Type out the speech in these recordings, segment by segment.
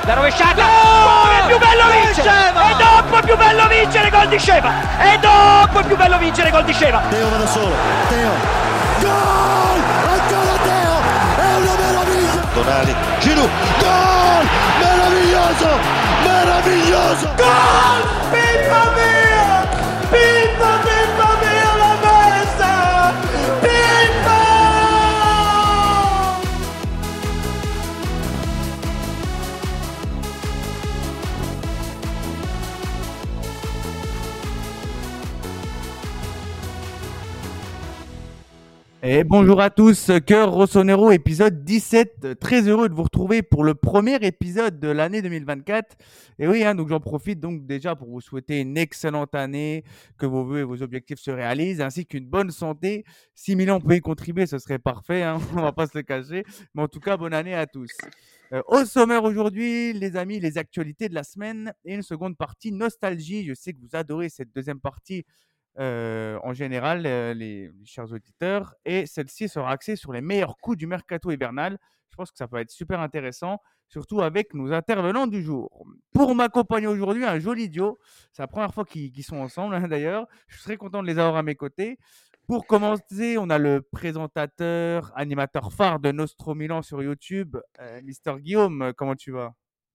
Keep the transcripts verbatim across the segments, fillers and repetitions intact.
la rovesciata, come è più bello vincere, e dopo è più bello vincere gol di Sheva, e dopo è più bello vincere gol di Sheva. Teo va da solo, Teo, gol, ancora Teo, è una meraviglia. Tonali, Giroud, gol, meraviglioso, meraviglioso, gol, Pippa mia, Pippa, Pippa mia la messa, Pippa! Et bonjour à tous, Cœur Rossonero, épisode dix-sept. Très heureux de vous retrouver pour le premier épisode de l'année deux mille vingt-quatre. Et oui, hein, donc j'en profite donc déjà pour vous souhaiter une excellente année, que vos vœux et vos objectifs se réalisent, ainsi qu'une bonne santé. Si Milan pouvait y contribuer, ce serait parfait, hein, on va pas se le cacher. Mais en tout cas, bonne année à tous. Euh, au sommaire aujourd'hui, les amis, les actualités de la semaine et une seconde partie nostalgie. Je sais que vous adorez cette deuxième partie. Euh, en général, euh, les, les chers auditeurs, et celle-ci sera axée sur les meilleurs coups du mercato hivernal. Je pense que ça peut être super intéressant, surtout avec nos intervenants du jour. Pour m'accompagner aujourd'hui, un joli duo. C'est la première fois qu'ils, qu'ils sont ensemble, hein, d'ailleurs. Je suis très content de les avoir à mes côtés. Pour commencer, on a le présentateur, animateur phare de Nostro Milan sur YouTube, euh, Mister Guillaume. Comment tu vas ?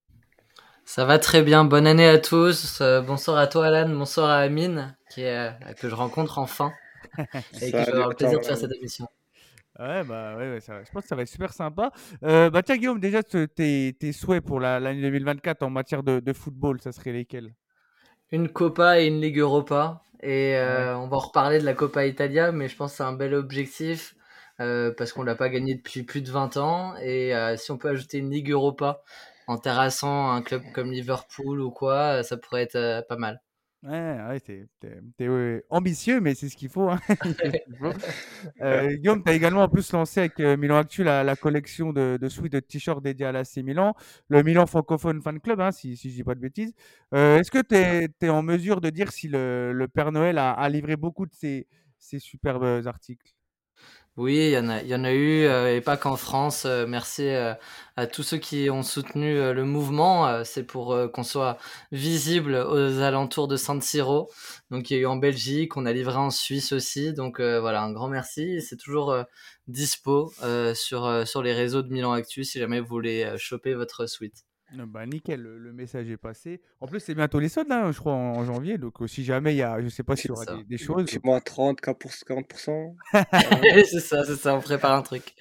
Ça va très bien, bonne année à tous. Euh, bonsoir à toi Alan, bonsoir à Amine qui est, euh, que je rencontre enfin et qui je vais avoir le plaisir de faire cette émission. Ouais, bah ouais, ouais, ça, je pense que ça va être super sympa. Euh, bah tiens Guillaume, déjà tes, tes souhaits pour la, l'année deux mille vingt-quatre en matière de, de football, ça serait lesquels ? Une Copa et une Ligue Europa. Et euh, ouais. On va reparler de la Coppa Italia, mais je pense que c'est un bel objectif euh, parce qu'on l'a pas gagné depuis plus de vingt ans. Et euh, si on peut ajouter une Ligue Europa en terrassant un club comme Liverpool ou quoi, ça pourrait être euh, pas mal. Ouais, ouais, t'es, t'es, t'es ouais, ambitieux, mais c'est ce qu'il faut. Hein. c'est ce qu'il faut. Euh, Guillaume, tu as également en plus lancé avec euh, Milan Actu la, la collection de, de suites de t-shirts dédiés à l'A C Milan, le Milan Francophone Fan Club, hein, si, si je dis pas de bêtises. Euh, est-ce que tu es en mesure de dire si le, le Père Noël a, a livré beaucoup de ces, ces superbes articles ? Oui, il y en a, il y en a eu, euh, et pas qu'en France. Euh, merci euh, à tous ceux qui ont soutenu euh, le mouvement. Euh, c'est pour euh, qu'on soit visible aux alentours de San Siro. Donc, il y a eu en Belgique, on a livré en Suisse aussi. Donc, euh, voilà, un grand merci. C'est toujours euh, dispo euh, sur, euh, sur les réseaux de Milan Actu si jamais vous voulez euh, choper votre suite. Bah nickel, le, le message est passé. En plus, c'est bientôt les soldes, hein, je crois, en, en janvier. Donc, euh, si jamais il y a, je sais pas s'il y aura des, des choses. Dis-moi trente, quarante pour cent. c'est ça, c'est ça, on prépare un truc.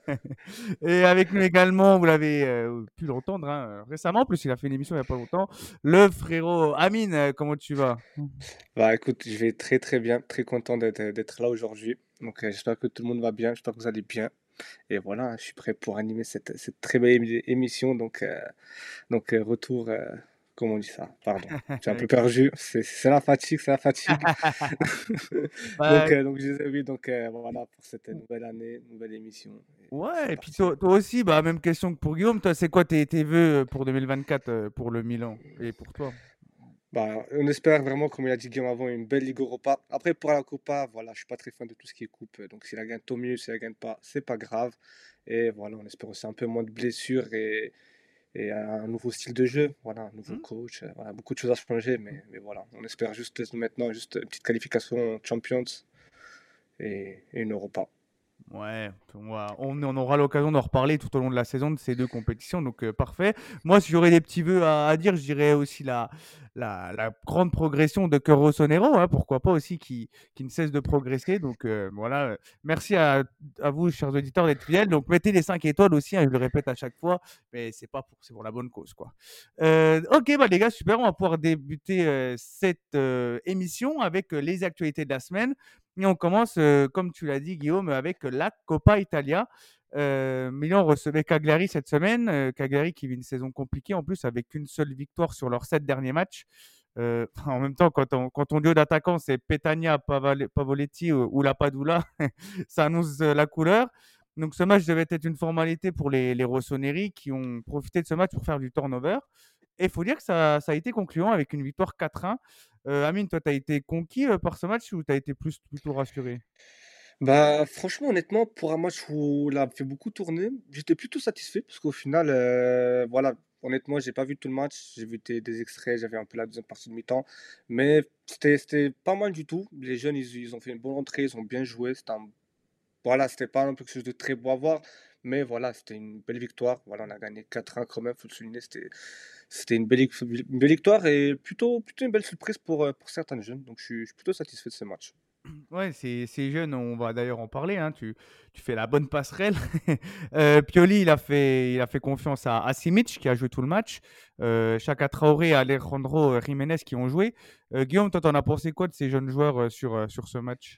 Et avec nous également, vous l'avez euh, pu l'entendre hein, récemment, en plus il a fait une émission il n'y a pas longtemps, le frérot Amine, euh, comment tu vas ? Bah écoute, je vais très très bien, très content d'être, d'être là aujourd'hui. Donc euh, j'espère que tout le monde va bien, j'espère que vous allez bien. Et voilà, je suis prêt pour animer cette, cette très belle émi- émission. Donc, euh, donc euh, retour, euh, comment on dit ça ? Pardon, je suis un peu perdu. C'est, c'est la fatigue, c'est la fatigue. Ouais. donc, euh, donc je disais oui, donc euh, voilà pour cette nouvelle année, nouvelle émission. Et Ouais, c'est et puis parti. toi, toi aussi, bah, même question que pour Guillaume, toi c'est quoi tes, tes vœux pour deux mille vingt-quatre euh, pour le Milan et pour toi ? Bah, on espère vraiment, comme il a dit Guillaume avant, une belle Ligue Europa. Après, pour la Copa, voilà, je suis pas très fan de tout ce qui est coupe. Donc, si la gagne, tant mieux. Si la gagne pas, c'est pas grave. Et voilà, on espère aussi un peu moins de blessures et, et un nouveau style de jeu. Voilà, un nouveau Hmm. coach. euh, Voilà, beaucoup de choses à changer. Mais, mais voilà, on espère juste maintenant juste une petite qualification Champions et, et une Europa. Ouais, on, va- on, on aura l'occasion d'en reparler tout au long de la saison de ces deux compétitions, donc euh, parfait. Moi, si j'aurais des petits vœux à, à dire, je dirais aussi la, la, la grande progression de Cœur Rossonero, hein, pourquoi pas aussi, qui, qui ne cesse de progresser. Donc euh, voilà, euh, merci à, à vous, chers auditeurs, d'être fidèles. Donc mettez les cinq étoiles aussi, hein, je le répète à chaque fois, mais c'est pas pour, c'est pour la bonne cause, quoi. Euh, ok, bah les gars, super, on va pouvoir débuter euh, cette euh, émission avec euh, les actualités de la semaine. Et on commence, euh, comme tu l'as dit, Guillaume, avec la Coppa Italia. Euh, Milan recevait Cagliari cette semaine. Euh, Cagliari qui vit une saison compliquée en plus, avec une seule victoire sur leurs sept derniers matchs. Euh, en même temps, quand on, quand on dit d'attaquants, c'est Petagna, Pavale- Pavoletti ou, ou Lapadula, ça annonce euh, la couleur. Donc ce match devait être une formalité pour les, les Rossoneri qui ont profité de ce match pour faire du turnover. Et il faut dire que ça, ça a été concluant avec une victoire quatre un. Euh, Amine, toi, tu as été conquis euh, par ce match ou tu as été plus, plutôt rassuré ? Bah, franchement, honnêtement, pour un match où on a fait beaucoup tourner, j'étais plutôt satisfait parce qu'au final, euh, voilà, honnêtement, j'ai pas vu tout le match. J'ai vu des, des extraits, j'avais un peu la deuxième partie de mi-temps. Mais c'était, c'était pas mal du tout. Les jeunes, ils, ils ont fait une bonne entrée, ils ont bien joué. C'était un- Voilà, c'était pas non plus quelque chose de très beau à voir. Mais voilà, c'était une belle victoire. Voilà, on a gagné quatre un quand même, faut le souligner. C'était, c'était une belle, une belle victoire et plutôt, plutôt une belle surprise pour, euh, pour certains jeunes. Donc je suis, je suis plutôt satisfait de ce match. Ouais, c'est c'est jeune, on va d'ailleurs en parler, hein, tu, tu fais la bonne passerelle. Euh, Pioli, il a fait, il a fait confiance à, à Simic qui a joué tout le match. Euh, Chaka Traoré et Alejandro Jiménez qui ont joué. Euh, Guillaume, toi, t'en as pensé quoi de ces jeunes joueurs euh, sur, euh, sur ce match?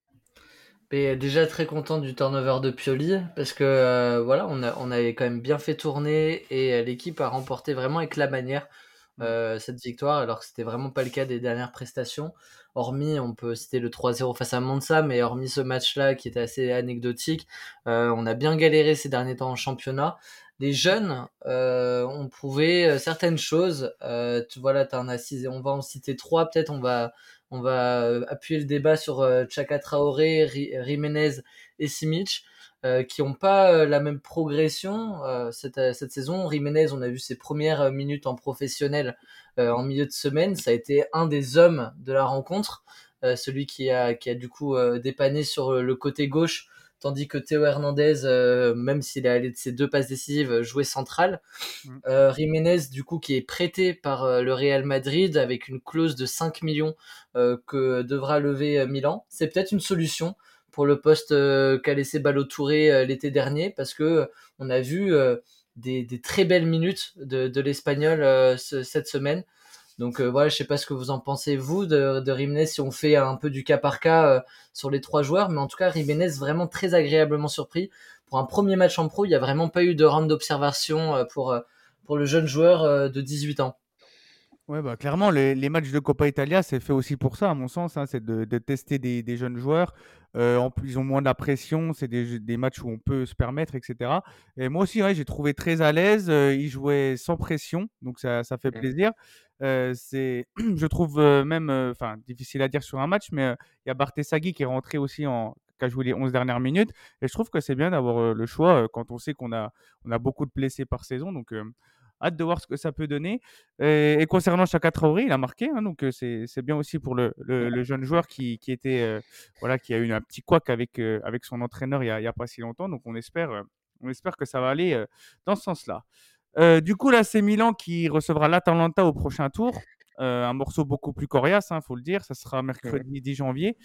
Et déjà très content du turnover de Pioli parce que euh, voilà, on a on avait quand même bien fait tourner et euh, l'équipe a remporté vraiment avec la manière Mm. euh, cette victoire alors que c'était vraiment pas le cas des dernières prestations. Hormis, on peut citer le trois zéro face à Monza, mais hormis ce match-là qui était assez anecdotique, euh, on a bien galéré ces derniers temps en championnat. Les jeunes euh, ont prouvé euh, certaines choses. Euh, tu voilà, t'en as six, on va en citer trois peut-être. On va on va euh, appuyer le débat sur euh, Chaka Traoré, Ri- Jiménez et Simic, euh, qui n'ont pas euh, la même progression euh, cette, euh, cette saison. Jiménez, on a vu ses premières euh, minutes en professionnel euh, en milieu de semaine. Ça a été un des hommes de la rencontre, euh, celui qui a, qui a du coup euh, dépanné sur le côté gauche, tandis que Théo Hernandez, euh, même s'il est allé de ses deux passes décisives, jouait central. Mm. Euh, Jiménez, du coup, qui est prêté par euh, le Real Madrid avec une clause de cinq millions euh, que devra lever euh, Milan. C'est peut-être une solution pour le poste euh, qu'a laissé Ballo-Touré euh, l'été dernier parce que euh, on a vu euh, des, des très belles minutes de, de l'Espagnol euh, ce- cette semaine. Donc euh, voilà, je sais pas ce que vous en pensez vous de, de Jiménez si on fait un peu du cas par cas euh, sur les trois joueurs, mais en tout cas Jiménez vraiment très agréablement surpris. Pour un premier match en pro, il y a vraiment pas eu de round d'observation euh, pour euh, pour le jeune joueur euh, de dix-huit ans. Ouais, bah, clairement, les, les matchs de Coppa Italia, c'est fait aussi pour ça, à mon sens, hein, c'est de, de tester des, des jeunes joueurs. Euh, en plus, ils ont moins de la pression, c'est des, jeux- des matchs où on peut se permettre, et cetera. Et moi aussi, ouais, j'ai trouvé très à l'aise. Euh, ils jouaient sans pression, donc ça, ça fait Mm. plaisir. Euh, c'est, je trouve euh, même, euh, enfin, difficile à dire sur un match, mais euh, il y a Bartesagui qui est rentré aussi en qui a joué les onze dernières minutes. Et je trouve que c'est bien d'avoir euh, le choix euh, quand on sait qu'on a, on a beaucoup de blessés par saison. Donc, euh, hâte de voir ce que ça peut donner. Et, et concernant Chaka Traoré, il a marqué, hein, donc euh, c'est c'est bien aussi pour le, le- le jeune joueur qui, qui était, euh, voilà, qui a eu un petit couac avec, euh, avec son entraîneur il y a, il y a pas si longtemps. Donc on espère, euh, on espère que ça va aller euh, dans ce sens-là. Euh, du coup, là, c'est Milan qui recevra l'Atalanta au prochain tour. Euh, un morceau beaucoup plus coriace, il faut le dire. Ça sera Mm. mercredi dix janvier.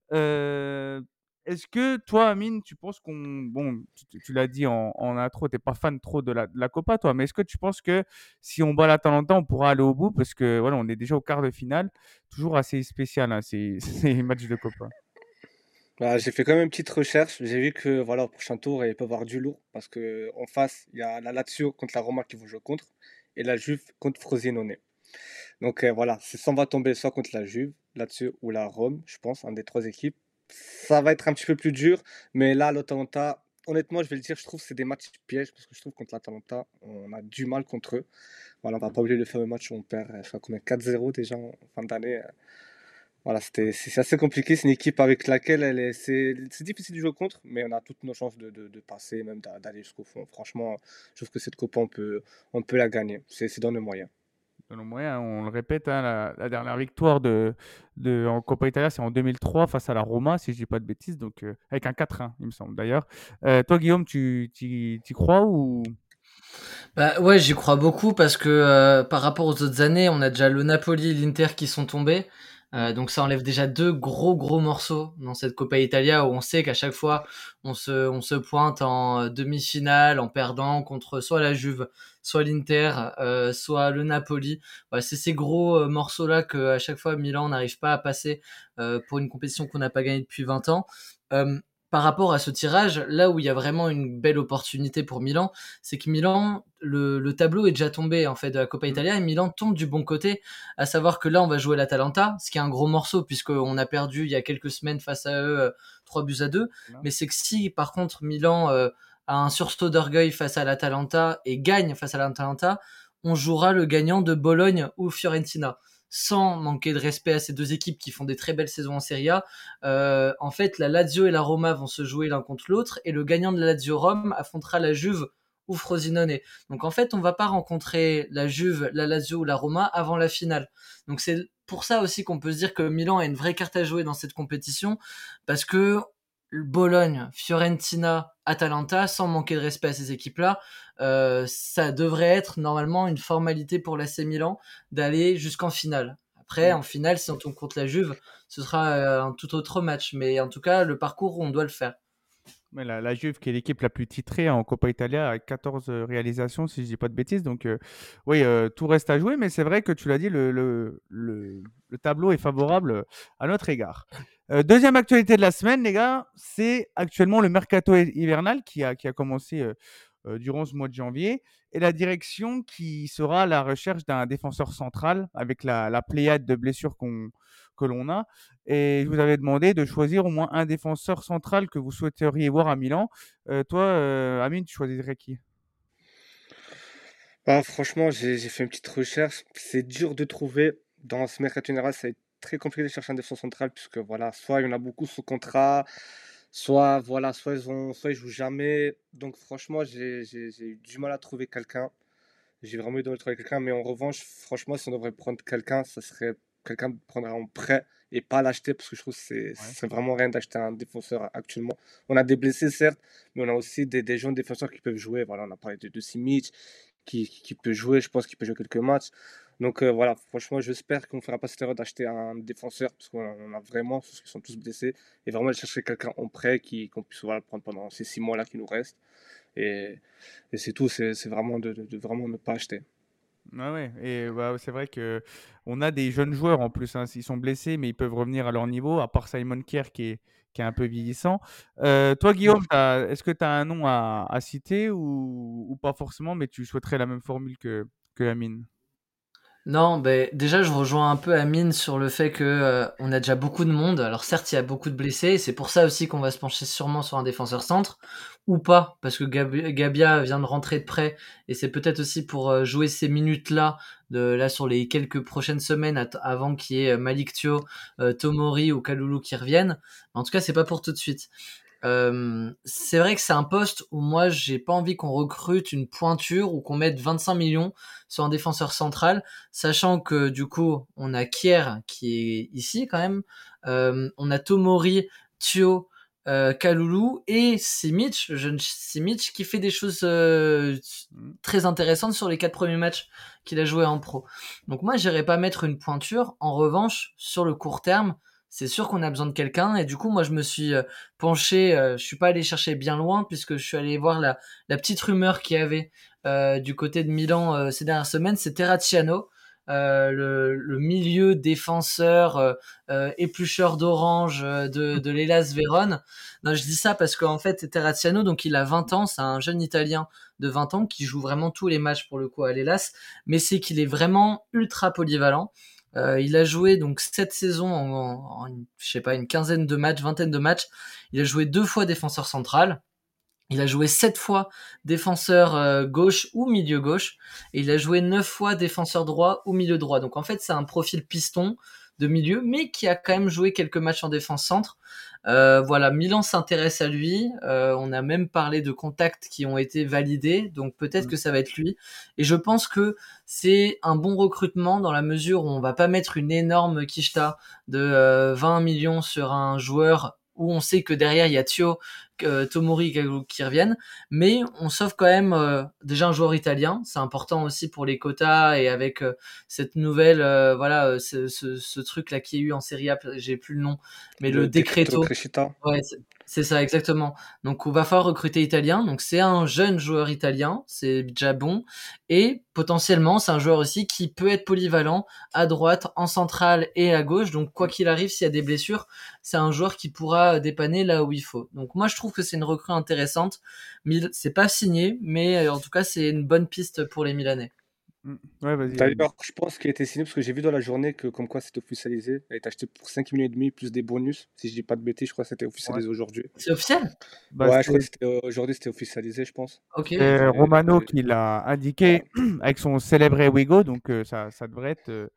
Euh, Est-ce que toi, Amine, tu penses qu'on... Bon, tu, tu- tu l'as dit en, en intro, tu n'es pas fan trop de la, de la Copa, toi, mais est-ce que tu penses que si on bat l'Atalanta, on pourra aller au bout? Parce que voilà, on est déjà au quart de finale. Toujours assez spécial, hein, ces, ces matchs de Copa. Bah, j'ai fait quand même une petite recherche. J'ai vu que voilà, au prochain tour, il peut y avoir du lourd parce que en face, il y a la Lazio contre la Roma qui vont jouer contre et la Juve contre Frosinone. Donc euh, voilà, c'est ça, on va tomber soit contre la Juve, Lazio ou la Rome, je pense, un des trois équipes. Ça va être un petit peu plus dur, mais là, l'Atalanta, honnêtement, je vais le dire, je trouve que c'est des matchs pièges parce que je trouve que contre l'Atalanta, on a du mal contre eux. Voilà, on va pas oublier le fameux match où on perd, euh, je crois combien, quatre zéro déjà en fin d'année. euh, Voilà, c'était, c'est c'est assez compliqué. C'est une équipe avec laquelle elle est, c'est, c'est difficile de jouer contre, mais on a toutes nos chances de, de, de passer, même d'a- d'aller jusqu'au fond. Franchement, je trouve que cette Copa, on peut, on peut la gagner. C'est, c'est dans nos moyens. Selon moi, hein, on le répète, hein, la, la dernière victoire de, de, en Coppa Italia, c'est en deux mille trois face à la Roma, si je dis pas de bêtises, donc euh, avec un quatre un, il me semble d'ailleurs. Euh, toi, Guillaume, tu tu y crois ou... Bah ouais, j'y crois beaucoup parce que euh, par rapport aux autres années, on a déjà le Napoli et l'Inter qui sont tombés. Mm. Euh, donc ça enlève déjà deux gros gros morceaux dans cette Coppa Italia où on sait qu'à chaque fois on se, on se pointe en euh, demi-finale en perdant contre soit la Juve, soit l'Inter, euh, soit le Napoli. Voilà, c'est ces gros euh, morceaux-là que à chaque fois Milan n'arrive pas à passer euh, pour une compétition qu'on n'a pas gagnée depuis vingt ans. Euh, Par rapport à ce tirage, là où il y a vraiment une belle opportunité pour Milan, c'est que Milan, le, le tableau est déjà tombé en fait de la Coppa Mm. Italia et Milan tombe du bon côté, à savoir que là on va jouer l'Atalanta, ce qui est un gros morceau puisqu'on a perdu il y a quelques semaines face à eux euh, trois buts à deux. Voilà. Mais c'est que si par contre Milan euh, a un sursaut d'orgueil face à l'Atalanta et gagne face à l'Atalanta, on jouera le gagnant de Bologne ou Fiorentina. Sans manquer de respect à ces deux équipes qui font des très belles saisons en Serie A, euh, en fait, la Lazio et la Roma vont se jouer l'un contre l'autre et le gagnant de la Lazio-Rome affrontera la Juve ou Frosinone. Donc en fait, on va pas rencontrer la Juve, la Lazio ou la Roma avant la finale. Donc c'est pour ça aussi qu'on peut se dire que Milan a une vraie carte à jouer dans cette compétition, parce que Bologne, Fiorentina, Atalanta, sans manquer de respect à ces équipes-là, euh, ça devrait être normalement une formalité pour l'A C Milan d'aller jusqu'en finale. Après, en finale, si on tombe contre la Juve, ce sera euh, un tout autre match. Mais en tout cas, le parcours, on doit le faire. Mais la, la Juve, qui est l'équipe la plus titrée en Coppa Italia, avec quatorze euh, réalisations, si je dis pas de bêtises. Donc, euh, oui, euh, tout reste à jouer, mais c'est vrai que tu l'as dit, le, le, le, le tableau est favorable à notre égard. Euh, deuxième actualité de la semaine, les gars, c'est actuellement le mercato hi- hivernal qui a, qui a commencé euh, euh, durant ce mois de janvier, et la direction qui sera à la recherche d'un défenseur central avec la, la pléiade de blessures qu'on, que l'on a. Et je vous avais demandé de choisir au moins un défenseur central que vous souhaiteriez voir à Milan. Euh, toi, euh, Amine, tu choisirais qui? Bah, franchement, j'ai j'ai fait une petite recherche. C'est dur de trouver dans ce mercato général. C'est très compliqué de chercher un défenseur central puisque voilà, soit il y en a beaucoup sous contrat, soit voilà, soit ils ont, soit ils jouent jamais. Donc franchement, j'ai j'ai- j'ai eu du mal à trouver quelqu'un. J'ai vraiment eu du mal à trouver quelqu'un, mais en revanche, franchement, si on devrait prendre quelqu'un, ça serait quelqu'un de prendre en prêt et pas l'acheter parce que je trouve que c'est Ouais. c'est vraiment rien d'acheter un défenseur actuellement. On a des blessés certes, mais on a aussi des, des jeunes défenseurs qui peuvent jouer. Voilà, on a parlé de, de Simic qui, qui peut jouer, je pense qu'il peut jouer quelques matchs. Donc euh, voilà, franchement, j'espère qu'on ne fera pas cette erreur d'acheter un défenseur parce qu'on en a vraiment, parce qu'ils sont tous blessés, et vraiment de chercher quelqu'un en prêt qui, qu'on puisse voilà, prendre pendant ces six mois-là qui nous restent. Et, et c'est tout, c'est c'est vraiment de, de, de vraiment ne pas acheter. Ah ouais, et bah, c'est vrai que on a des jeunes joueurs en plus, hein, s'ils sont blessés, mais ils peuvent revenir à leur niveau, à part Simon Kjær qui est, qui est un peu vieillissant. Euh, toi, Guillaume, t'as- est-ce que tu as un nom à, à citer ou, ou pas forcément, mais tu souhaiterais la même formule que, que Amine? Non, ben déjà je rejoins un peu Amine sur le fait que euh, on a déjà beaucoup de monde. Alors certes, il y a beaucoup de blessés, et c'est pour ça aussi qu'on va se pencher sûrement sur un défenseur centre ou pas, parce que Gab- Gabia vient de rentrer de prêt, et c'est peut-être aussi pour euh, jouer ces minutes-là de là sur les quelques prochaines semaines at- avant qu'il y ait euh, Malik Thio, euh, Tomori ou Kalulu qui reviennent. En tout cas, c'est pas pour tout de suite. Euh, c'est vrai que c'est un poste où moi j'ai pas envie qu'on recrute une pointure ou qu'on mette vingt-cinq millions sur un défenseur central, sachant que du coup on a Kier qui est ici quand même, euh, on a Tomori, Thio, euh, Kalulu et Simic, le jeune Simic qui fait des choses euh, très intéressantes sur les quatre premiers matchs qu'il a joué en pro. Donc moi j'irais pas mettre une pointure. En revanche, sur le court terme, c'est sûr qu'on a besoin de quelqu'un, et du coup moi je me suis euh, penché, euh, je suis pas allé chercher bien loin puisque je suis allé voir la, la petite rumeur qu'il y avait euh, du côté de Milan euh, ces dernières semaines. C'est Terracciano, euh, le, le milieu défenseur euh, euh, éplucheur d'orange euh, de, de l'Hellas Vérone. Non, je dis ça parce qu'en fait Terracciano, donc il a vingt ans, c'est un jeune Italien de vingt ans qui joue vraiment tous les matchs pour le coup à l'Hellas, mais c'est qu'il est vraiment ultra polyvalent. Euh, il a joué donc cette saison en, en, en une- je sais pas, une quinzaine de matchs, vingtaine de matchs. Il a joué deux fois défenseur central. Il a joué sept fois défenseur euh, gauche ou milieu gauche. Et il a joué neuf fois défenseur droit ou milieu droit. Donc en fait, c'est un profil piston de milieu, mais qui a quand même joué quelques matchs en défense centre. Euh, voilà, Milan s'intéresse à lui. Euh, on a même parlé de contacts qui ont été validés, donc peut-être Mm. que ça va être lui. Et je pense que c'est un bon recrutement dans la mesure où on va pas mettre une énorme quicheta de euh, vingt millions sur un joueur où on sait que derrière il y a Thio, euh, Tomori qui reviennent, mais on sauve quand même euh, déjà un joueur italien. C'est important aussi pour les quotas, et avec euh, cette nouvelle, euh, voilà, euh, ce, ce, ce truc là qui est eu en Serie A, j'ai plus le nom, mais le, Le Decreto Decreto. Crescita. Ouais, c'est c'est ça, exactement. Donc, on va falloir recruter italien. Donc, c'est un jeune joueur italien. C'est déjà bon. Et potentiellement, c'est un joueur aussi qui peut être polyvalent à droite, en centrale et à gauche. Donc, quoi qu'il arrive, s'il y a des blessures, c'est un joueur qui pourra dépanner là où il faut. Donc, moi, je trouve que c'est une recrue intéressante. Mil- C'est pas signé, mais euh, en tout cas, c'est une bonne piste pour les Milanais. Mm. Ouais, vas-y, Amine. D'ailleurs, je pense qu'il a été signé parce que j'ai vu dans la journée que comme quoi c'était officialisé. Il a été acheté pour cinq millions et demi plus des bonus. Si je dis pas de bêtises, je crois que c'était Ouais. officialisé aujourd'hui. C'est officiel? Bah, Ouais, je crois c'est que c'était euh, aujourd'hui, c'était officialisé, je pense. Ok. Et, c'est Romano et- qui l'a indiqué avec son célèbre Wigo, donc euh, ça, ça devrait être, euh,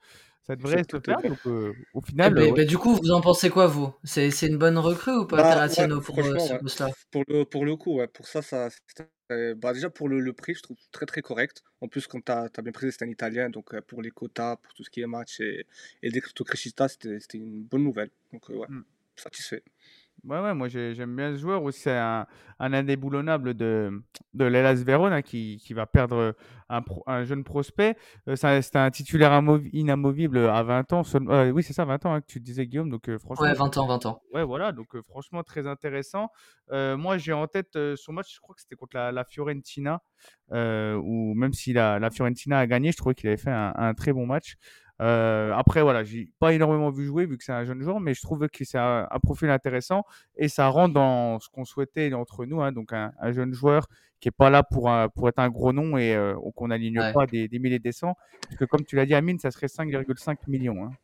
ça devrait Tout, se tout est faire. bon. Donc, euh, au Eh final, euh, ben, ouais. ben, du coup, vous en pensez quoi, vous? C'est c'est une bonne recrue ou pas, Bah, ouais, Terracciano, pour euh, franchement, ce ouais. poste-là? Pour le, pour le coup, ouais, pour ça, ça c'était- euh, bah, déjà pour le, le prix, je trouve très très correct. En plus, comme tu as, bien précisé, c'est un Italien, donc euh, pour les quotas, pour tout ce qui est match et, et Decreto Crescita, c'était c'était une bonne nouvelle. Donc, euh, ouais, Mm. satisfait. Ouais, ouais, moi j'ai- j'aime bien ce joueur aussi. C'est un, un indéboulonnable de, de l'Hellas Vérone, hein, qui, qui va perdre un, pro- un jeune prospect. Euh, c'est un, c'est un titulaire immo- inamovible à vingt ans. seul- euh, oui, c'est ça, vingt ans, hein, que tu disais, Guillaume. Donc, euh, franchement, Ouais, vingt ans, vingt ans. ouais, voilà. Donc, euh, franchement, très intéressant. Euh, moi, j'ai en tête euh, son match, je crois que c'était contre la, la Fiorentina, euh, où même si la, la Fiorentina a gagné, je trouvais qu'il avait fait un, un très bon match. Euh, après, voilà, j'ai pas énormément vu jouer vu que c'est un jeune joueur, mais je trouve que c'est un, un profil intéressant et ça rentre dans ce qu'on souhaitait entre nous, hein, donc un, un jeune joueur qui est pas là pour, un- pour être un gros nom et euh, qu'on n'aligne Ouais. pas des, des milliers de cents, parce que comme tu l'as dit, Amine, ça serait cinq virgule cinq millions. Hein.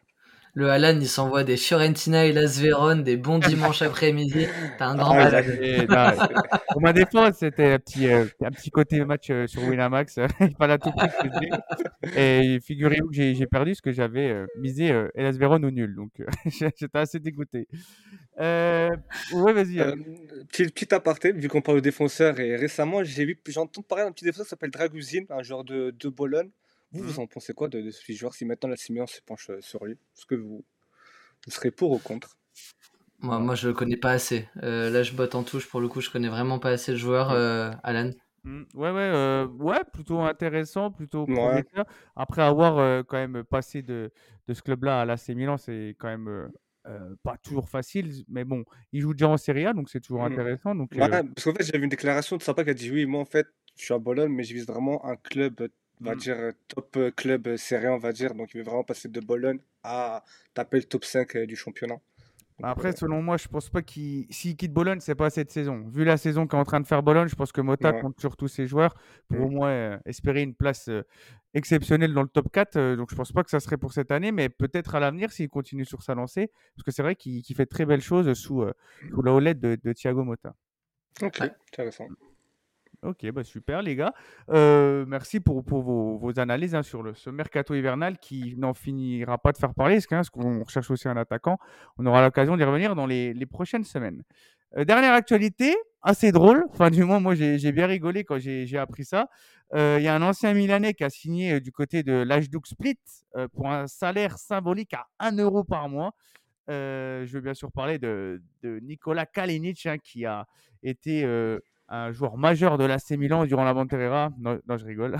Le Alan, il s'envoie des Fiorentina et Las Vérone, des bons dimanches après-midi. T'as un grand Ah, malade. il Et, non, pour ma défense, c'était un petit, euh, un petit côté match euh, sur Winamax. Il fallait à tout prix que je l'ai. Et figurez-vous que j'ai j'ai perdu ce que j'avais euh, misé euh, Hellas Vérone ou nul. Donc, euh, j'étais assez dégoûté. Euh, ouais, vas-y, Euh, Amine. petit, petit aparté, vu qu'on parle de défenseurs, et récemment, j'ai vu, j'entends parler d'un petit défenseur qui s'appelle Dragusin, un joueur de, de Bologne. Vous, vous Mhm. en pensez quoi de, de ce joueur si maintenant la Simeone se penche euh, sur lui? Est-ce que vous, vous serez pour ou contre? Moi, moi, je le connais pas assez. Euh, là, je botte en touche. Pour le coup, je connais vraiment pas assez le joueur, Mm. euh, Alan. Mm, ouais, ouais, euh, ouais, plutôt intéressant, plutôt Ouais, prometteur. Après avoir euh, quand même passé de, de ce club-là à l'A C Milan, c'est quand même euh, euh, pas toujours facile. Mais bon, il joue déjà en Serie A, donc c'est toujours mm. intéressant. Donc, Ouais, euh, parce qu'en fait, j'avais une déclaration de Sapa qui a dit oui, moi en fait, je suis à Bologne, mais je vise vraiment un club, euh, on va mm. dire, euh, top euh, club euh, Serie A, on va dire. Donc, il veut vraiment passer de Bologne à taper le top cinq euh, du championnat. Donc, Après, euh, selon moi, je pense pas qu'il s'il quitte Bologne, c'est pas cette saison. Vu la saison qu'est en train de faire Bologne, je pense que Motta ouais. compte sur tous ses joueurs pour Mm. au moins euh, espérer une place euh, exceptionnelle dans le top quatre. Euh, donc, je pense pas que ça serait pour cette année, mais peut-être à l'avenir s'il continue sur sa lancée. Parce que c'est vrai qu'il qu'il fait très belles choses sous, euh, sous la houlette de, de Thiago Motta. Ok, Ouais. intéressant. Ok, bah super les gars. Euh, merci pour, pour vos, vos analyses hein, sur le, ce mercato hivernal qui n'en finira pas de faire parler, parce que, hein, parce qu'on recherche aussi un attaquant. On aura l'occasion d'y revenir dans les, les prochaines semaines. Euh, dernière actualité, assez drôle. Enfin, du moins, moi, j'ai j'ai bien rigolé quand j'ai j'ai appris ça. Euh, Il y a un ancien Milanais qui a signé euh, du côté de l'Hajduk Split euh, pour un salaire symbolique à un euro par mois. Euh, je veux bien sûr parler de, de Nikola Kalinic, hein, qui a été euh, un joueur majeur de l'A C Milan durant la Banterera. Non, non, je rigole.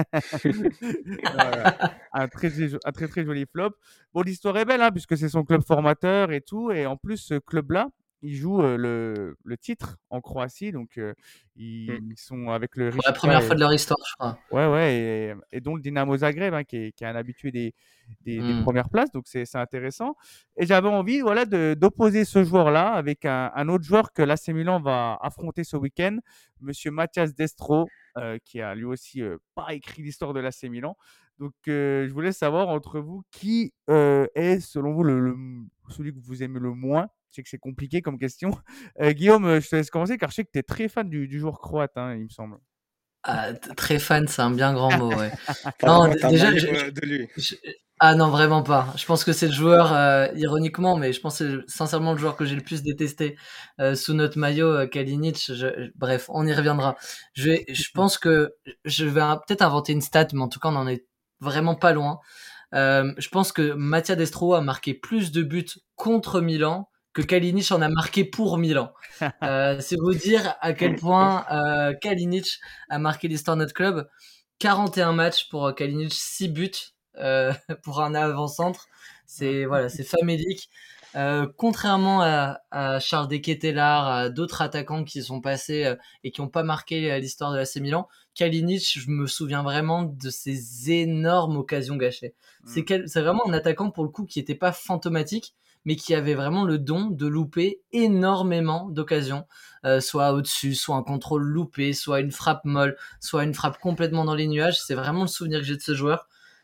Voilà. Un très, très, un très très joli flop. Bon, l'histoire est belle, hein, puisque c'est son club formateur et tout. Et en plus, ce club-là, il joue euh, le, le titre en Croatie. Donc, euh, Mm. ils sont avec le Pour la Rijeka première et, fois de leur histoire, je crois. ouais, ouais, et, et dont le Dynamo Zagreb, hein, qui est, qui est un habitué des, des, des Hmm. premières places, donc c'est c'est intéressant. Et j'avais envie, voilà, de- d'opposer ce joueur-là avec un, un autre joueur que l'A C Milan va affronter ce week-end, Monsieur Mathias Destro, euh, qui a lui aussi euh, pas écrit l'histoire de l'A C Milan. Donc, euh, je voulais savoir entre vous qui euh, est, selon vous, le, le- celui que vous aimez le moins. Je sais que c'est compliqué comme question. Euh, Guillaume, euh, je te laisse commencer car je sais que tu es très fan du, du joueur croate, hein, il me semble. Ah, t- très fan, c'est un bien grand mot, ouais. Non, Apparemment, d- t'as un déjà, maillot je- je- euh, de lui. je- ah non, vraiment pas. Je pense que c'est le joueur, euh, ironiquement, mais je pense que c'est le- sincèrement le joueur que j'ai le plus détesté euh, sous notre maillot, euh, Kalinic. Je- je- bref, on y reviendra. Je, vais- je pense que je vais un- peut-être inventer une stat, mais en tout cas, on en est vraiment pas loin. Euh, je pense que Mattia Destro a marqué plus de buts contre Milan que Kalinic en a marqué pour Milan. Euh, c'est vous dire à quel point euh, Kalinic a marqué l'histoire de notre club. quarante et un matchs pour Kalinic, six buts euh, pour un avant-centre. C'est voilà, c'est famélique. Euh, contrairement à, à Charles de Ketelaere, à d'autres attaquants qui sont passés euh, et qui n'ont pas marqué euh, l'histoire de l'A C Milan, Kalinic, je me souviens vraiment de ces énormes occasions gâchées. C'est, quel, c'est vraiment un attaquant pour le coup qui n'était pas fantomatique, mais qui avait vraiment le don de louper énormément d'occasions, euh, soit au-dessus, soit un contrôle loupé, soit une frappe molle, soit une frappe complètement dans les nuages. C'est vraiment le souvenir que j'ai de ce joueur.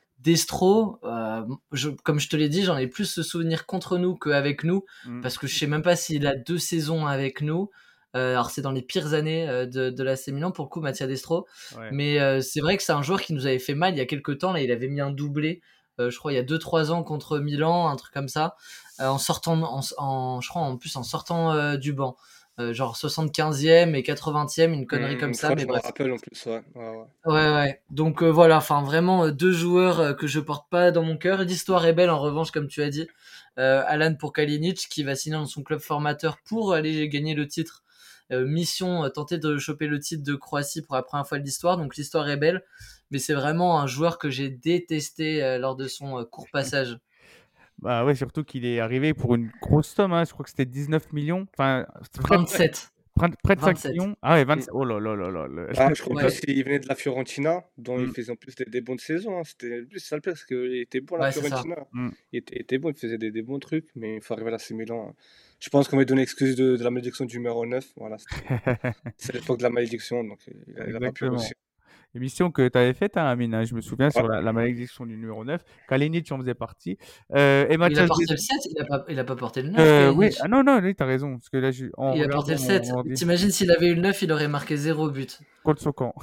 Destro, euh, je, comme je te l'ai dit, j'en ai plus ce souvenir contre nous qu'avec nous, Mm. parce que je sais même pas s'il a deux saisons avec nous. Euh, alors c'est dans les pires années euh, de, de l'A C Milan pour le coup, Mattia Destro. Ouais. Mais euh, c'est vrai que c'est un joueur qui nous avait fait mal il y a quelques temps. Là, il avait mis un doublé euh, je crois il y a deux trois ans contre Milan, un truc comme ça, euh, en sortant, en, en, je crois en plus en sortant euh, du banc. Euh, genre soixante-quinzième et quatre-vingtième, une connerie comme Hum, ça, ça, mais je me bref. rappelle en plus, ouais. ouais, ouais. Ouais, ouais. Donc euh, voilà, enfin vraiment euh, deux joueurs euh, que je porte pas dans mon cœur. L'histoire est belle en revanche, comme tu as dit. Euh, Alan pour Kalinic qui va signer dans son club formateur pour aller gagner le titre. Euh, mission, euh, tenter de choper le titre de Croatie pour la première fois de l'histoire. Donc l'histoire est belle, mais c'est vraiment un joueur que j'ai détesté euh, lors de son euh, court passage. Bah ouais, surtout qu'il est arrivé pour une grosse somme, hein. Je crois que c'était dix-neuf millions. Enfin, c'était près de, vingt-sept. près de- près de cinq vingt-sept. millions. Ah ouais, Hum. vingt-sept. Oh là là là là. le- Ah, je crois Ouais, plus qu'il venait de la Fiorentina, dont il Mm, faisait en plus des, des bonnes saisons. hein. C'était plus ça le pire, parce qu'il était bon à la ouais, c'est ça. Fiorentina. mm. Il était, il était bon, il faisait des, des bons trucs, mais il faut arriver à l'A C Milan. hein. Je pense qu'on m'a donné excuse de, de la malédiction du numéro neuf. Voilà, c'était, c'est l'époque de la malédiction, donc euh, il a, il a pas pu Exactement. réussir. Émission que tu avais faite, hein, Amine, hein. Je me souviens Ouais. sur la, la malédiction du numéro neuf. Kalinic en faisait partie. Euh, et Il a Mathias porté Des- le sept, il a pas, il a pas porté le neuf, Euh, oui, Kalinic. ah non, non, oui, t'as raison. Parce que là, je- en Il a porté regardant le sept. mon ordi, T'imagines s'il avait eu le neuf, il aurait marqué zéro but. contre son camp.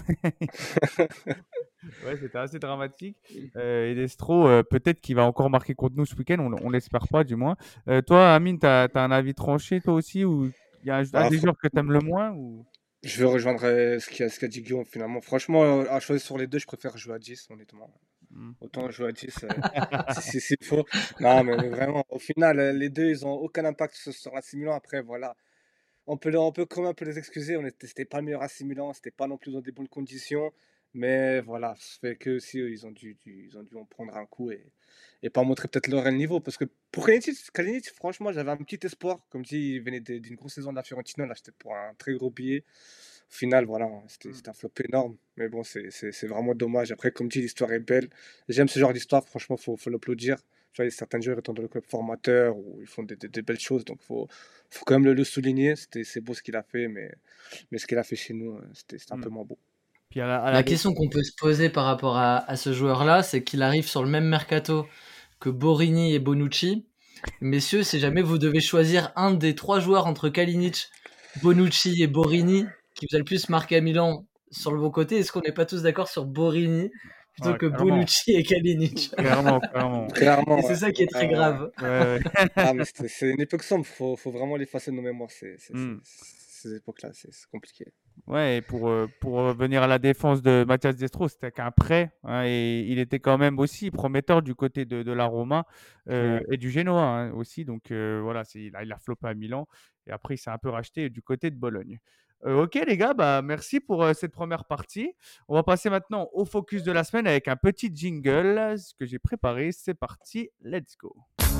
Ouais, c'était assez dramatique. Euh, et Destro, euh, peut-être qu'il va encore marquer contre nous ce week-end, on, on l'espère pas du moins. Euh, toi, Amine, t'as, t'as un avis tranché toi aussi, ou il y a un, un Ah, des fr- joueurs que t'aimes le moins ou... je vais rejoindre euh, ce qu'a ce qu'a dit Guillaume finalement. Franchement, euh, à choisir sur les deux, je préfère jouer à dix, honnêtement. Hmm. Autant jouer à dix, euh, si si- s'il faut. Non, mais, mais vraiment, au final, euh, les deux, ils ont aucun impact sur, sur l'A C Milan. Après, voilà. On peut, on peut quand même un peu les excuser. On était, c'était pas le meilleur A C Milan, c'était pas non plus dans des bonnes conditions. Mais voilà, ça fait que si ils ont dû, dû- ils ont dû en prendre un coup et, et pas montrer peut-être leur réel niveau. Parce que pour Kalinic, Kalinic, franchement, j'avais un petit espoir. Comme dit, il venait de- d'une grosse saison de la Fiorentina. Là, c'était pour un très gros billet. Au final, voilà, c'était Hmm. c'était un flop énorme. Mais bon, c'est c'est- c'est vraiment dommage. Après, comme dit, l'histoire est belle. J'aime ce genre d'histoire. Franchement, faut, faut l'applaudir. Tu vois, il y a certains joueurs étant dans le club formateur où ils font des, des- des belles choses. Donc, faut, faut quand même le, le souligner. C'était, c'est beau ce qu'il a fait, mais, mais ce qu'il a fait chez nous, euh, c'était c'était un Hmm. peu moins beau. Puis à la, à la La dé- question qu'on peut se poser par rapport à, à ce joueur-là, c'est qu'il arrive sur le même mercato que Borini et Bonucci. Messieurs, si jamais vous devez choisir un des trois joueurs entre Kalinic, Bonucci et Borini, qui vous a le plus marqué à Milan sur le bon côté, est-ce qu'on n'est pas tous d'accord sur Borini plutôt Ouais, que clairement, Bonucci et Kalinic? clairement, clairement. Clairement, Et c'est ouais. ça qui est très Ouais, ouais. grave. Ouais, ouais. Ah, mais c'était- c'est une époque sombre. Faut, faut vraiment l'effacer de nos mémoires. C'est, c'est, c'est- Hmm. ces époques-là, c'est c'est compliqué. Ouais, et pour, euh, pour revenir à la défense de Mathias Destro, c'était qu'un prêt, hein, et il était quand même aussi prometteur du côté de, de la Roma euh, Ouais. et du Genoa, hein, aussi. Donc euh, voilà, c'est, il a, il a floppé à Milan et après il s'est un peu racheté du côté de Bologne. Euh, ok les gars, bah, merci pour euh, cette première partie. On va passer maintenant au focus de la semaine avec un petit jingle, ce que j'ai préparé. C'est parti, let's go.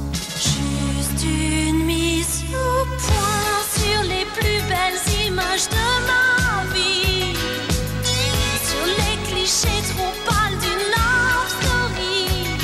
Juste une mise au point sur les plus belles images de ma vie. Sur les clichés trop pâles d'une love story.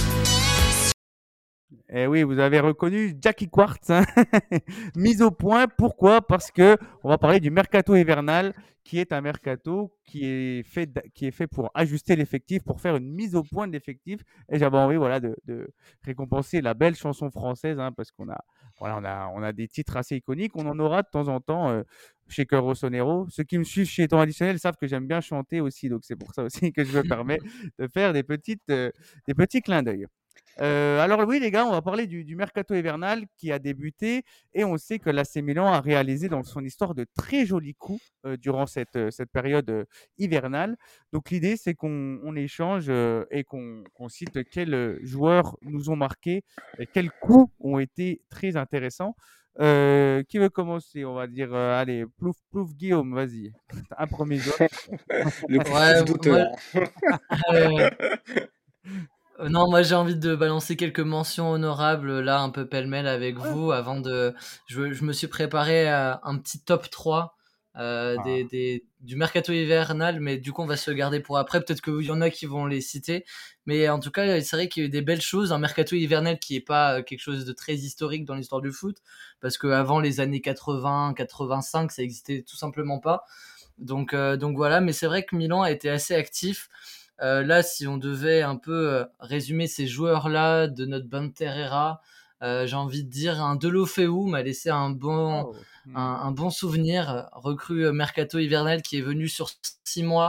Eh oui, vous avez reconnu Jackie Quartz, hein. Mise au point. Pourquoi? Parce que on va parler du mercato hivernal, qui est un mercato qui est fait, d- qui est fait pour ajuster l'effectif, pour faire une mise au point de l'effectif. Et j'avais envie, voilà, de, de récompenser la belle chanson française, hein, parce qu'on a, voilà, on a, on a des titres assez iconiques. On en aura de temps en temps euh, chez Cœur Rossonero. Ceux qui me suivent chez Temps Additionnel savent que j'aime bien chanter aussi, donc c'est pour ça aussi que je me permets de faire des petites, euh, des petits clins d'œil. Euh, alors oui les gars, on va parler du, du mercato hivernal qui a débuté et on sait que l'A C Milan a réalisé dans son histoire de très jolis coups euh, durant cette, euh, cette période euh, hivernale. Donc l'idée c'est qu'on on échange euh, et qu'on qu'on cite quels euh, joueurs nous ont marqués et quels coups ont été très intéressants. Euh, qui veut commencer? On va dire, euh, allez, plouf plouf Guillaume, vas-y. Un premier joueur. Le plus Ouais, douteux. moi, euh, Euh, non, moi j'ai envie de balancer quelques mentions honorables là, un peu pêle-mêle avec vous avant de. Je, je me suis préparé à un petit top trois euh, Ah. des, des, du mercato hivernal, mais du coup on va se le garder pour après. Peut-être qu'il y en a qui vont les citer, mais en tout cas, c'est vrai qu'il y a eu des belles choses. Un mercato hivernal qui est pas euh, quelque chose de très historique dans l'histoire du foot, parce qu'avant les années quatre-vingts, quatre-vingt-cinq, ça existait tout simplement pas. Donc, euh, donc voilà, mais c'est vrai que Milan a été assez actif. Euh, là, si on devait un peu euh, résumer ces joueurs-là de notre Banterera, euh, j'ai envie de dire un Deulofeu m'a laissé un bon, Oh. un, un bon souvenir. Recrue euh, mercato hivernal qui est venu sur six mois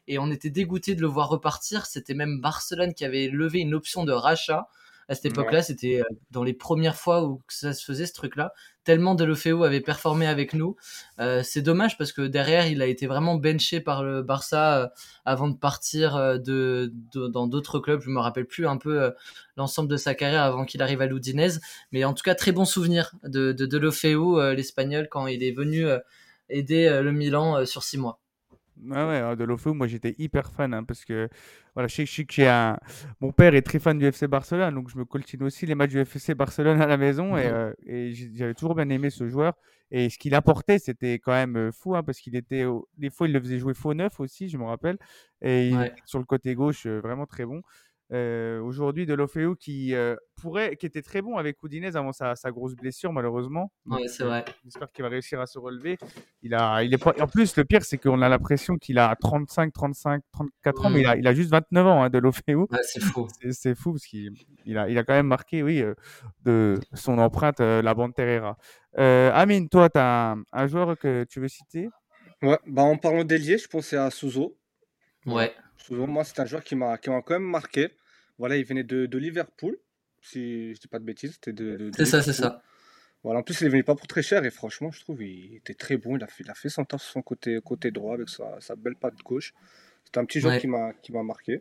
et on était dégoûtés de le voir repartir. C'était même Barcelone qui avait levé une option de rachat. À cette époque-là, c'était euh, dans les premières fois où ça se faisait ce truc-là. Tellement Deulofeu avait performé avec nous. Euh, c'est dommage parce que derrière, il a été vraiment benché par le Barça euh, avant de partir euh, de, de, dans d'autres clubs. Je me rappelle plus un peu euh, l'ensemble de sa carrière avant qu'il arrive à l'Udinese. Mais en tout cas, très bon souvenir de, de Deulofeu, euh, l'Espagnol, quand il est venu euh, aider euh, le Milan euh, sur six mois. Ah ouais, hein, Deulofeu, moi j'étais hyper fan hein, parce que voilà, je sais, je sais que j'ai un... mon père est très fan du F C Barcelone, donc je me coltine aussi les matchs du F C Barcelone à la maison et, euh, et j'ai- j'avais toujours bien aimé ce joueur. Et ce qu'il apportait, c'était quand même euh, fou hein, parce qu'il était, au- des fois, il le faisait jouer faux neuf aussi, je me rappelle, et il Ouais, était sur le côté gauche euh, vraiment très bon. Euh, aujourd'hui, Deulofeu qui euh, pourrait, qui était très bon avec Udinese avant sa, sa grosse blessure malheureusement, donc ouais, c'est euh, vrai. j'espère qu'il va réussir à se relever. Il a, il est pas... En plus, le pire, c'est qu'on a l'impression qu'il a trente-cinq, trente-cinq, trente-quatre ans, mais il Mm. a, il a juste vingt-neuf ans, hein, de Deulofeu. Ouais, c'est fou. C'est c'est fou parce qu'il il a, il a quand même marqué, oui, euh, de son empreinte, euh, la bande Terrera. Euh, Amine, toi, tu as un, un joueur que tu veux citer? Ouais, bah en parlant d'ailier, je pensais à Souzo. Voilà. Ouais, Souzo, moi, c'est un joueur qui m'a qui m'a quand même marqué. Voilà, il venait de, de Liverpool, si je dis pas de bêtises, c'était de, de, de c'est ça, c'est Liverpool. ça. Voilà, en plus, il est venu pas pour très cher et franchement, je trouve il était très bon. Il a fait, il a fait son taf sur son côté, côté droit avec sa, sa belle patte gauche. C'était un petit joueur qui Ouais, m'a qui m'a marqué.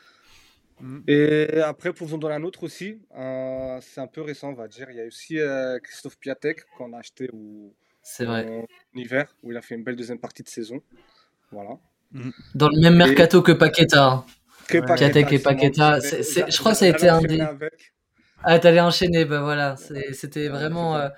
Mm. Et après, pour vous en donner un autre aussi, euh, c'est un peu récent, on va dire. Il y a aussi euh, Christophe Piatek qu'on a acheté au- c'est vrai. en hiver, où il a fait une belle deuxième partie de saison. Voilà. Mm. Dans le même Et mercato que Paqueta, hein. que Ouais. Paqueta, Piatek et justement. Paqueta, J'allais c'est, c'est, j'a- je crois que j'a- ça a été j'allais un enchaîner des. avec. Ah, t'allais enchaîner, ben voilà. C'est- C'était Voilà, c'est vraiment ça. euh,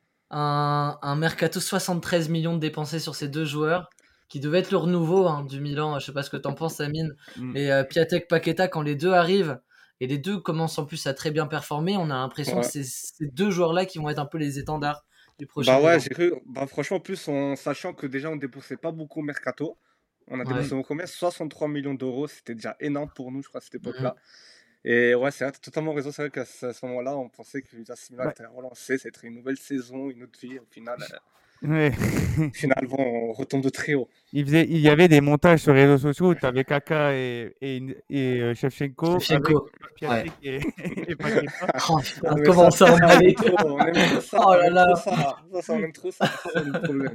un, un mercato soixante-treize millions de dépensés sur ces deux joueurs qui devaient être le renouveau hein, du Milan. Je sais pas ce que t'en penses, Amine. Mm. Mais euh, Piatek, Paqueta, quand les deux arrivent et les deux commencent en plus à très bien performer, on a l'impression que Ouais. c'est ces deux joueurs-là qui vont être un peu les étendards du prochain Bah ouais, Milan. j'ai cru. Bah franchement, en plus, en sachant que déjà on dépensait pas beaucoup au mercato, on a Ouais. dépensé au combien? soixante-trois millions d'euros, c'était déjà énorme pour nous, je crois, à cette Mhm. époque-là. Et ouais, c'est vrai, t'as totalement raison. C'est vrai qu'à ce, à ce moment-là, on pensait que l'A C Milan Ouais. était relancé, c'était une nouvelle saison, une autre vie. Au final, euh, Ouais. finalement, on retombe de très haut. Il faisait, il y avait des montages sur les réseaux sociaux où tu avais Kaka et, et, et euh, Shevchenko avec Shevchenko. Ouais. Piatek et, et Paqueta. Oh Ah, putain, mais comment ça, ça on aime emballé. trop, on aime trop ça, Oh on là aime trop là. ça. Ça, ça, on aime trop ça, c'est ça le problème.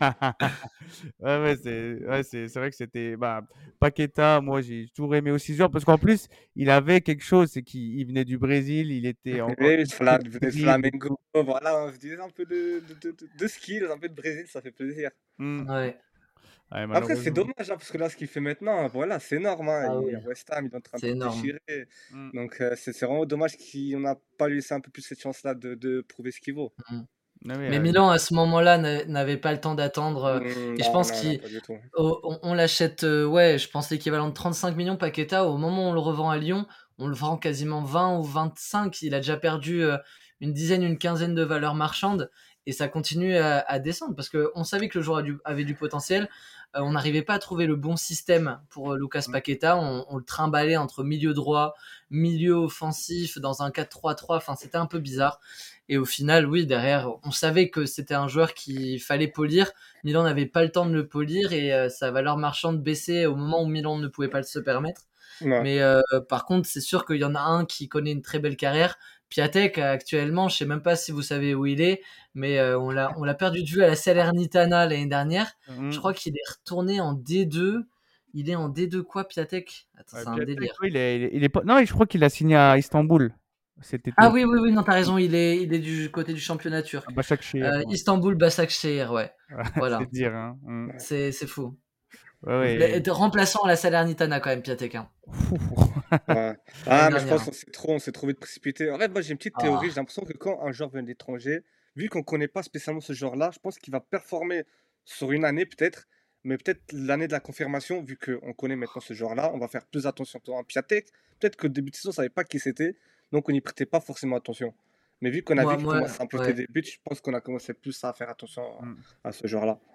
Ouais, ouais, c'est ouais, c'est c'est vrai que c'était bah, Paqueta, moi j'ai toujours aimé aussi ce joueur parce qu'en plus il avait quelque chose, c'est qu'il il venait du Brésil, il était encore Oui, il était Fla- du des Brésil et tout. Flamengo, voilà, on se disait un peu de, de, de, de, de skills, un peu de Brésil, ça fait plaisir. Mm. Ouais. Ouais, Après, c'est malheureusement. dommage, hein, parce que là, ce qu'il fait maintenant, voilà, c'est énorme. Hein, Ah il est oui, à West Ham, il est en train de c'est tout énorme. déchirer. Mm. Donc, euh, c'est c'est vraiment dommage qu'on n'a pas lui laissé un peu plus cette chance-là de, de prouver ce qu'il vaut. Mhm. Ah oui, Mais euh, Milan, à ce moment-là, n'a- n'avait pas le temps d'attendre. euh, Mm, Et je non, pense non, non, qu'on pas du tout. on, on l'achète, euh, ouais, je pense l'équivalent de trente-cinq millions Paqueta. Au moment où on le revend à Lyon, on le vend quasiment vingt ou vingt-cinq. Il a déjà perdu euh, une dizaine, une quinzaine de valeurs marchandes. Et ça continue à, à descendre parce qu'on savait que le joueur a du- avait du potentiel. Euh, on n'arrivait pas à trouver le bon système pour euh, Lucas Paqueta. On, on le trimballait entre milieu droit, milieu offensif, dans un quatre trois trois. Enfin, c'était un peu bizarre. Et au final, oui, derrière, on savait que c'était un joueur qu'il fallait polir. Milan n'avait pas le temps de le polir et euh, sa valeur marchande baissait au moment où Milan ne pouvait pas se permettre. Ouais. Mais euh, par contre, c'est sûr qu'il y en a un qui connaît une très belle carrière. Piatek, actuellement, je sais même pas si vous savez où il est, mais euh, on l'a on l'a perdu de vue à la Salernitana l'année dernière. mm. Je crois qu'il est retourné en D deux. Il est en D deux quoi, Piatek? Attends, Ouais, c'est un Piatek, délire. oui, il est, il est- il est pas... Non, je crois qu'il a signé à Istanbul cet Ah été. oui, oui, oui, non, t'as raison, il est, il est du côté du championnat turc. À Başakşehir, Euh, ouais. Istanbul, Başakşehir, ouais. Voilà, C'est dire, hein. Mm. c'est c'est fou. Ouais, ouais. Le- être remplaçant à la Salernitana quand même, Piatek. Hein. Ouais. L'année Ah, mais je dernière. pense hein. qu'on s'est trop, on s'est trop vite précipité. En fait, moi, j'ai une petite Ah. théorie. J'ai l'impression que quand un joueur vient de l'étranger, vu qu'on connaît pas spécialement ce joueur-là, je pense qu'il va performer sur une année peut-être, mais peut-être l'année de la confirmation, vu qu'on connaît maintenant ce joueur-là, on va faire plus attention. Toi, un Piatek, peut-être que au début de saison, on savait pas qui c'était, donc on n'y prêtait pas forcément attention. Mais vu qu'on a Moi, vu qu'il moi, commençait à planter ouais. des buts, je pense qu'on a commencé plus à faire attention à, Mm. à ce joueur-là.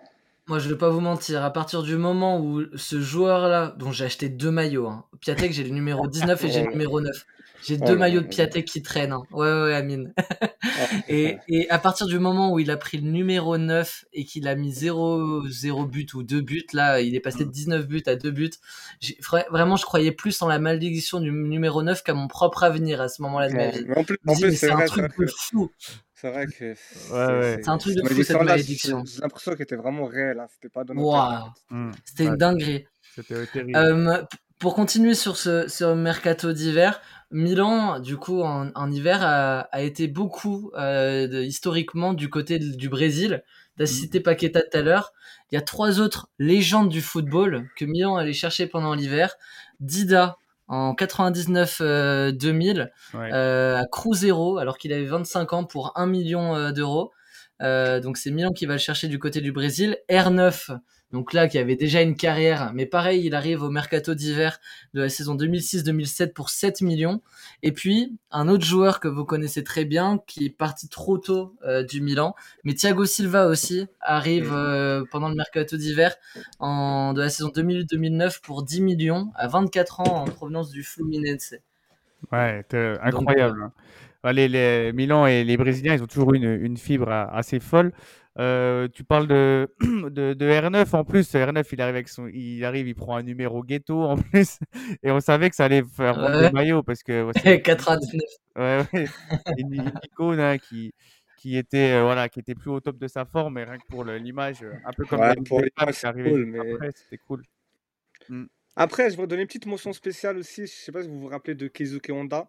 Moi, je vais pas vous mentir, à partir du moment où ce joueur-là, dont j'ai acheté deux maillots, hein, Piatek, j'ai le numéro dix-neuf et j'ai Oh le là, numéro neuf. J'ai oh deux là maillots là de là là. Piatek qui traînent. Hein. Ouais, ouais, ouais, Amine. Ah, Et, et à partir du moment où il a pris le numéro neuf et qu'il a mis zéro, zéro but ou deux buts, là, il est passé de dix-neuf buts à deux buts. J'ai, vra- vraiment, je croyais plus en la malédiction du numéro neuf qu'à mon propre avenir à ce moment-là de ma Ouais, vie. mais en plus, Je me en dis, plus mais c'est c'est un vrai, c'est truc vrai de que fou. c'est vrai que Ouais, c'est, ouais. C'est un c'est, truc cette de fou, cette malédiction-là, j'ai malédiction. j'ai l'impression qu'elle était vraiment réelle, hein. C'était pas dans notre tête en Waouh, fait. Hmm. c'était Ouais, une dinguerie. c'était euh, terrible. Euh, p- pour continuer sur ce, ce mercato d'hiver, Milan, du coup, en, en hiver, a, a été beaucoup, euh, de- historiquement, du côté de- du Brésil. T'as Hmm. cité Paqueta tout à l'heure. Il y a trois autres légendes du football que Milan allait chercher pendant l'hiver. Dida, en quatre-vingt-dix-neuf deux mille, Ouais. euh, à Cruzeiro, alors qu'il avait vingt-cinq ans, pour un million euh, d'euros. Euh, donc c'est Milan qui va le chercher du côté du Brésil. R neuf, donc là, qui avait déjà une carrière, mais pareil, il arrive au mercato d'hiver de la saison deux mille six deux mille sept pour sept millions. Et puis, un autre joueur que vous connaissez très bien, qui est parti trop tôt euh, du Milan, mais Thiago Silva aussi arrive Mm. euh, pendant le mercato d'hiver en, de la saison deux mille huit deux mille neuf pour dix millions, à vingt-quatre ans, en provenance du Fluminense. Ouais, c'était Donc, euh, incroyable. hein. Ouais, Les, les Milan et les Brésiliens, ils ont toujours eu une, une fibre a- assez folle. Euh, tu parles de, de, de R neuf en plus. R neuf, il arrive avec son, il arrive, il prend un numéro ghetto en plus, et on savait que ça allait faire vendre des ouais, maillots parce que ouais, c'est quatre-vingt-dix-neuf. ouais, ouais, une, une icône hein, qui, qui était euh, voilà, qui était plus au top de sa forme, et rien que pour le- l'image, euh, un peu comme Ouais, David pour Beckham l'image, qui est c'est arrivé cool, juste mais après, c'était cool. Mm. après, je vais donner une petite mention spéciale aussi. Je sais pas si vous vous rappelez de Keisuke Honda,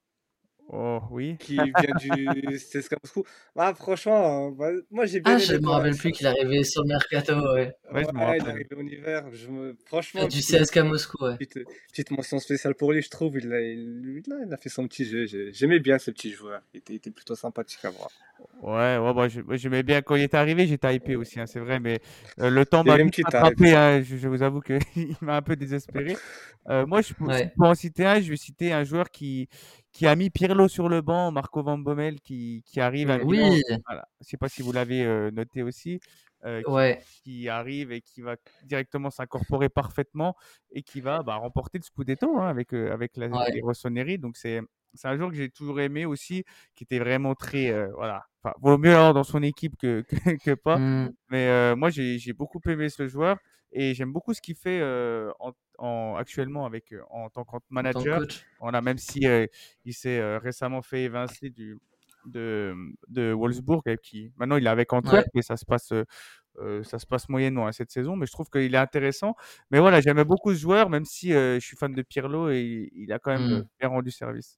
Oh oui. qui vient du C S K A Moscou. Ah, franchement, euh, bah, moi j'ai bien Ah, je aimé me quand même. rappelle Ça, plus qu'il arrivait sur le mercato, ouais. Ouais, je me ouais, il est rappelle. arrivé en hiver. Je me... Euh, Franchement, Du petite, C S K A Moscou, ouais. petite, petite mention spéciale pour lui, je trouve. Il a, il, il a, il a fait son petit jeu. J'ai- J'aimais bien ce petit joueur. Il était, il était plutôt sympathique à voir. Ouais, ouais, bah, je- moi, j'aimais bien quand il est arrivé, j'étais hypé aussi, hein, c'est vrai, mais euh, le temps Il y m'a avait une vite petite hype. rattrapé, hein, je, je vous avoue qu'il m'a un peu désespéré. Euh, moi, je, peux- si je Ouais. peux en citer un, je vais citer un joueur qui, qui a mis Pirlo sur le banc, Marco Van Bommel, qui, qui arrive à Mm. Milan. Oui, Voilà. Je sais pas si vous l'avez euh, noté aussi, euh, qui, ouais. qui arrive et qui va directement s'incorporer parfaitement et qui va bah, remporter le Scudetto hein, avec, euh, avec la, Ouais. les Rossoneri. Donc, c'est c'est un joueur que j'ai toujours aimé aussi, qui était vraiment très. Euh, voilà. Enfin, vaut mieux l'avoir dans son équipe que, que, que pas. Hmm. Mais euh, moi, j'ai j'ai beaucoup aimé ce joueur et j'aime beaucoup ce qu'il fait euh, en, en- actuellement avec, euh, en tant que En tant que manager. coach. Voilà, même si euh, il s'est euh, récemment fait évincer du, de, de Wolfsburg, et qui maintenant il est avec Antwerp, Ouais. et ça se passe, euh, euh, ça se passe moyennement hein, cette saison. Mais je trouve qu'il est intéressant. Mais voilà, j'aimais beaucoup ce joueur, même si euh, je suis fan de Pirlo et il, il a quand même euh, Hmm. bien rendu service.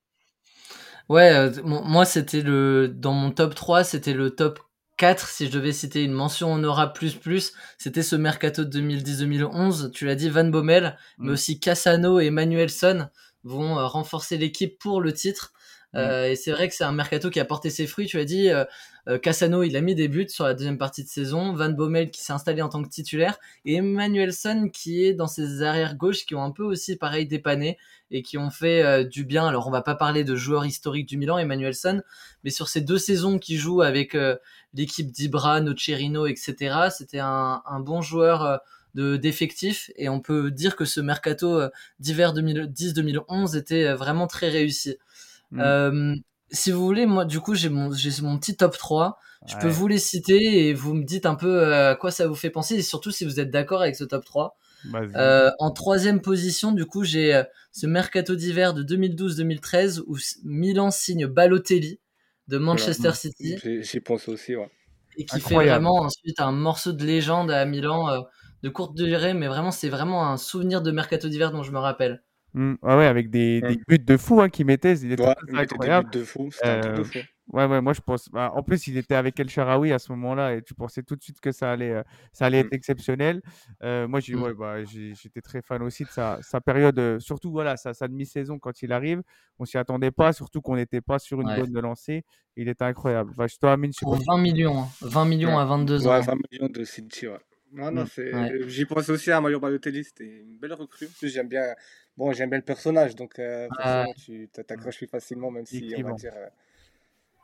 Ouais, euh, mon- moi, c'était le, dans mon top trois, c'était le top quatre, si je devais citer une mention honorable plus plus, c'était ce mercato de deux mille dix deux mille onze. Tu l'as dit, Van Bommel, mais Mm, aussi Cassano et Manuelson vont euh, renforcer l'équipe pour le titre. mm, Euh, et c'est vrai que c'est un mercato qui a porté ses fruits. Tu as dit, euh, euh, Cassano, il a mis des buts sur la deuxième partie de saison. Van Bommel qui s'est installé en tant que titulaire. Et Manuelson qui est dans ses arrières gauches qui ont un peu aussi pareil dépanné et qui ont fait euh, du bien. Alors on va pas parler de joueurs historiques du Milan, Emmanuelson, mais sur ces deux saisons qu'il joue avec euh, l'équipe d'Ibra, Nocerino, et cetera, c'était un, un bon joueur euh, de d'effectif et on peut dire que ce mercato euh, d'hiver deux mille dix deux mille onze était euh, vraiment très réussi. mm. Euh, si vous voulez, moi du coup j'ai mon, j'ai mon petit top trois. Je peux Ouais, vous les citer et vous me dites un peu euh, à quoi ça vous fait penser et surtout si vous êtes d'accord avec ce top trois. vas-y. Euh, en troisième position, du coup, j'ai euh, ce mercato d'hiver de deux mille douze deux mille treize où S- Milan signe Balotelli de Voilà. Manchester Mm. City J'y j'y pense aussi, ouais. et qui fait Incroyable. vraiment ensuite un morceau de légende à Milan euh, de courte durée, mais vraiment, c'est vraiment un souvenir de mercato d'hiver dont je me rappelle. Mm. Ah ouais, avec des, des Mm. buts de fou hein, qu'il mettait, il était Ouais, assez il mettait des buts incroyable. de fou. C'était un truc de Euh, fou. ouais, ouais, moi je pense. Bah, en plus, il était avec El Shaarawy à ce moment-là et tu pensais tout de suite que ça allait, euh, ça allait Mm. être exceptionnel. Euh, moi, j'ai, Mm. ouais, bah, j'ai- j'étais très fan aussi de sa, sa période, euh, surtout voilà, sa, sa demi-saison quand il arrive. On s'y attendait pas, surtout qu'on n'était pas sur une Ouais. bonne lancée. Il était incroyable. Enfin, je toi, Amine, je sais pas Pour si. vingt millions, hein. vingt millions Ouais, à vingt-deux ouais, ans. vingt millions de City, ouais. Non, non, Mm. c'est... Ouais. J'y pense aussi à Mario Balotelli, c'était une belle recrue. En plus, j'aime bien... Bon, j'aime bien le personnage, donc euh, Euh, forcément, tu t'accroches plus facilement, même si, on va Effectivement. dire... euh,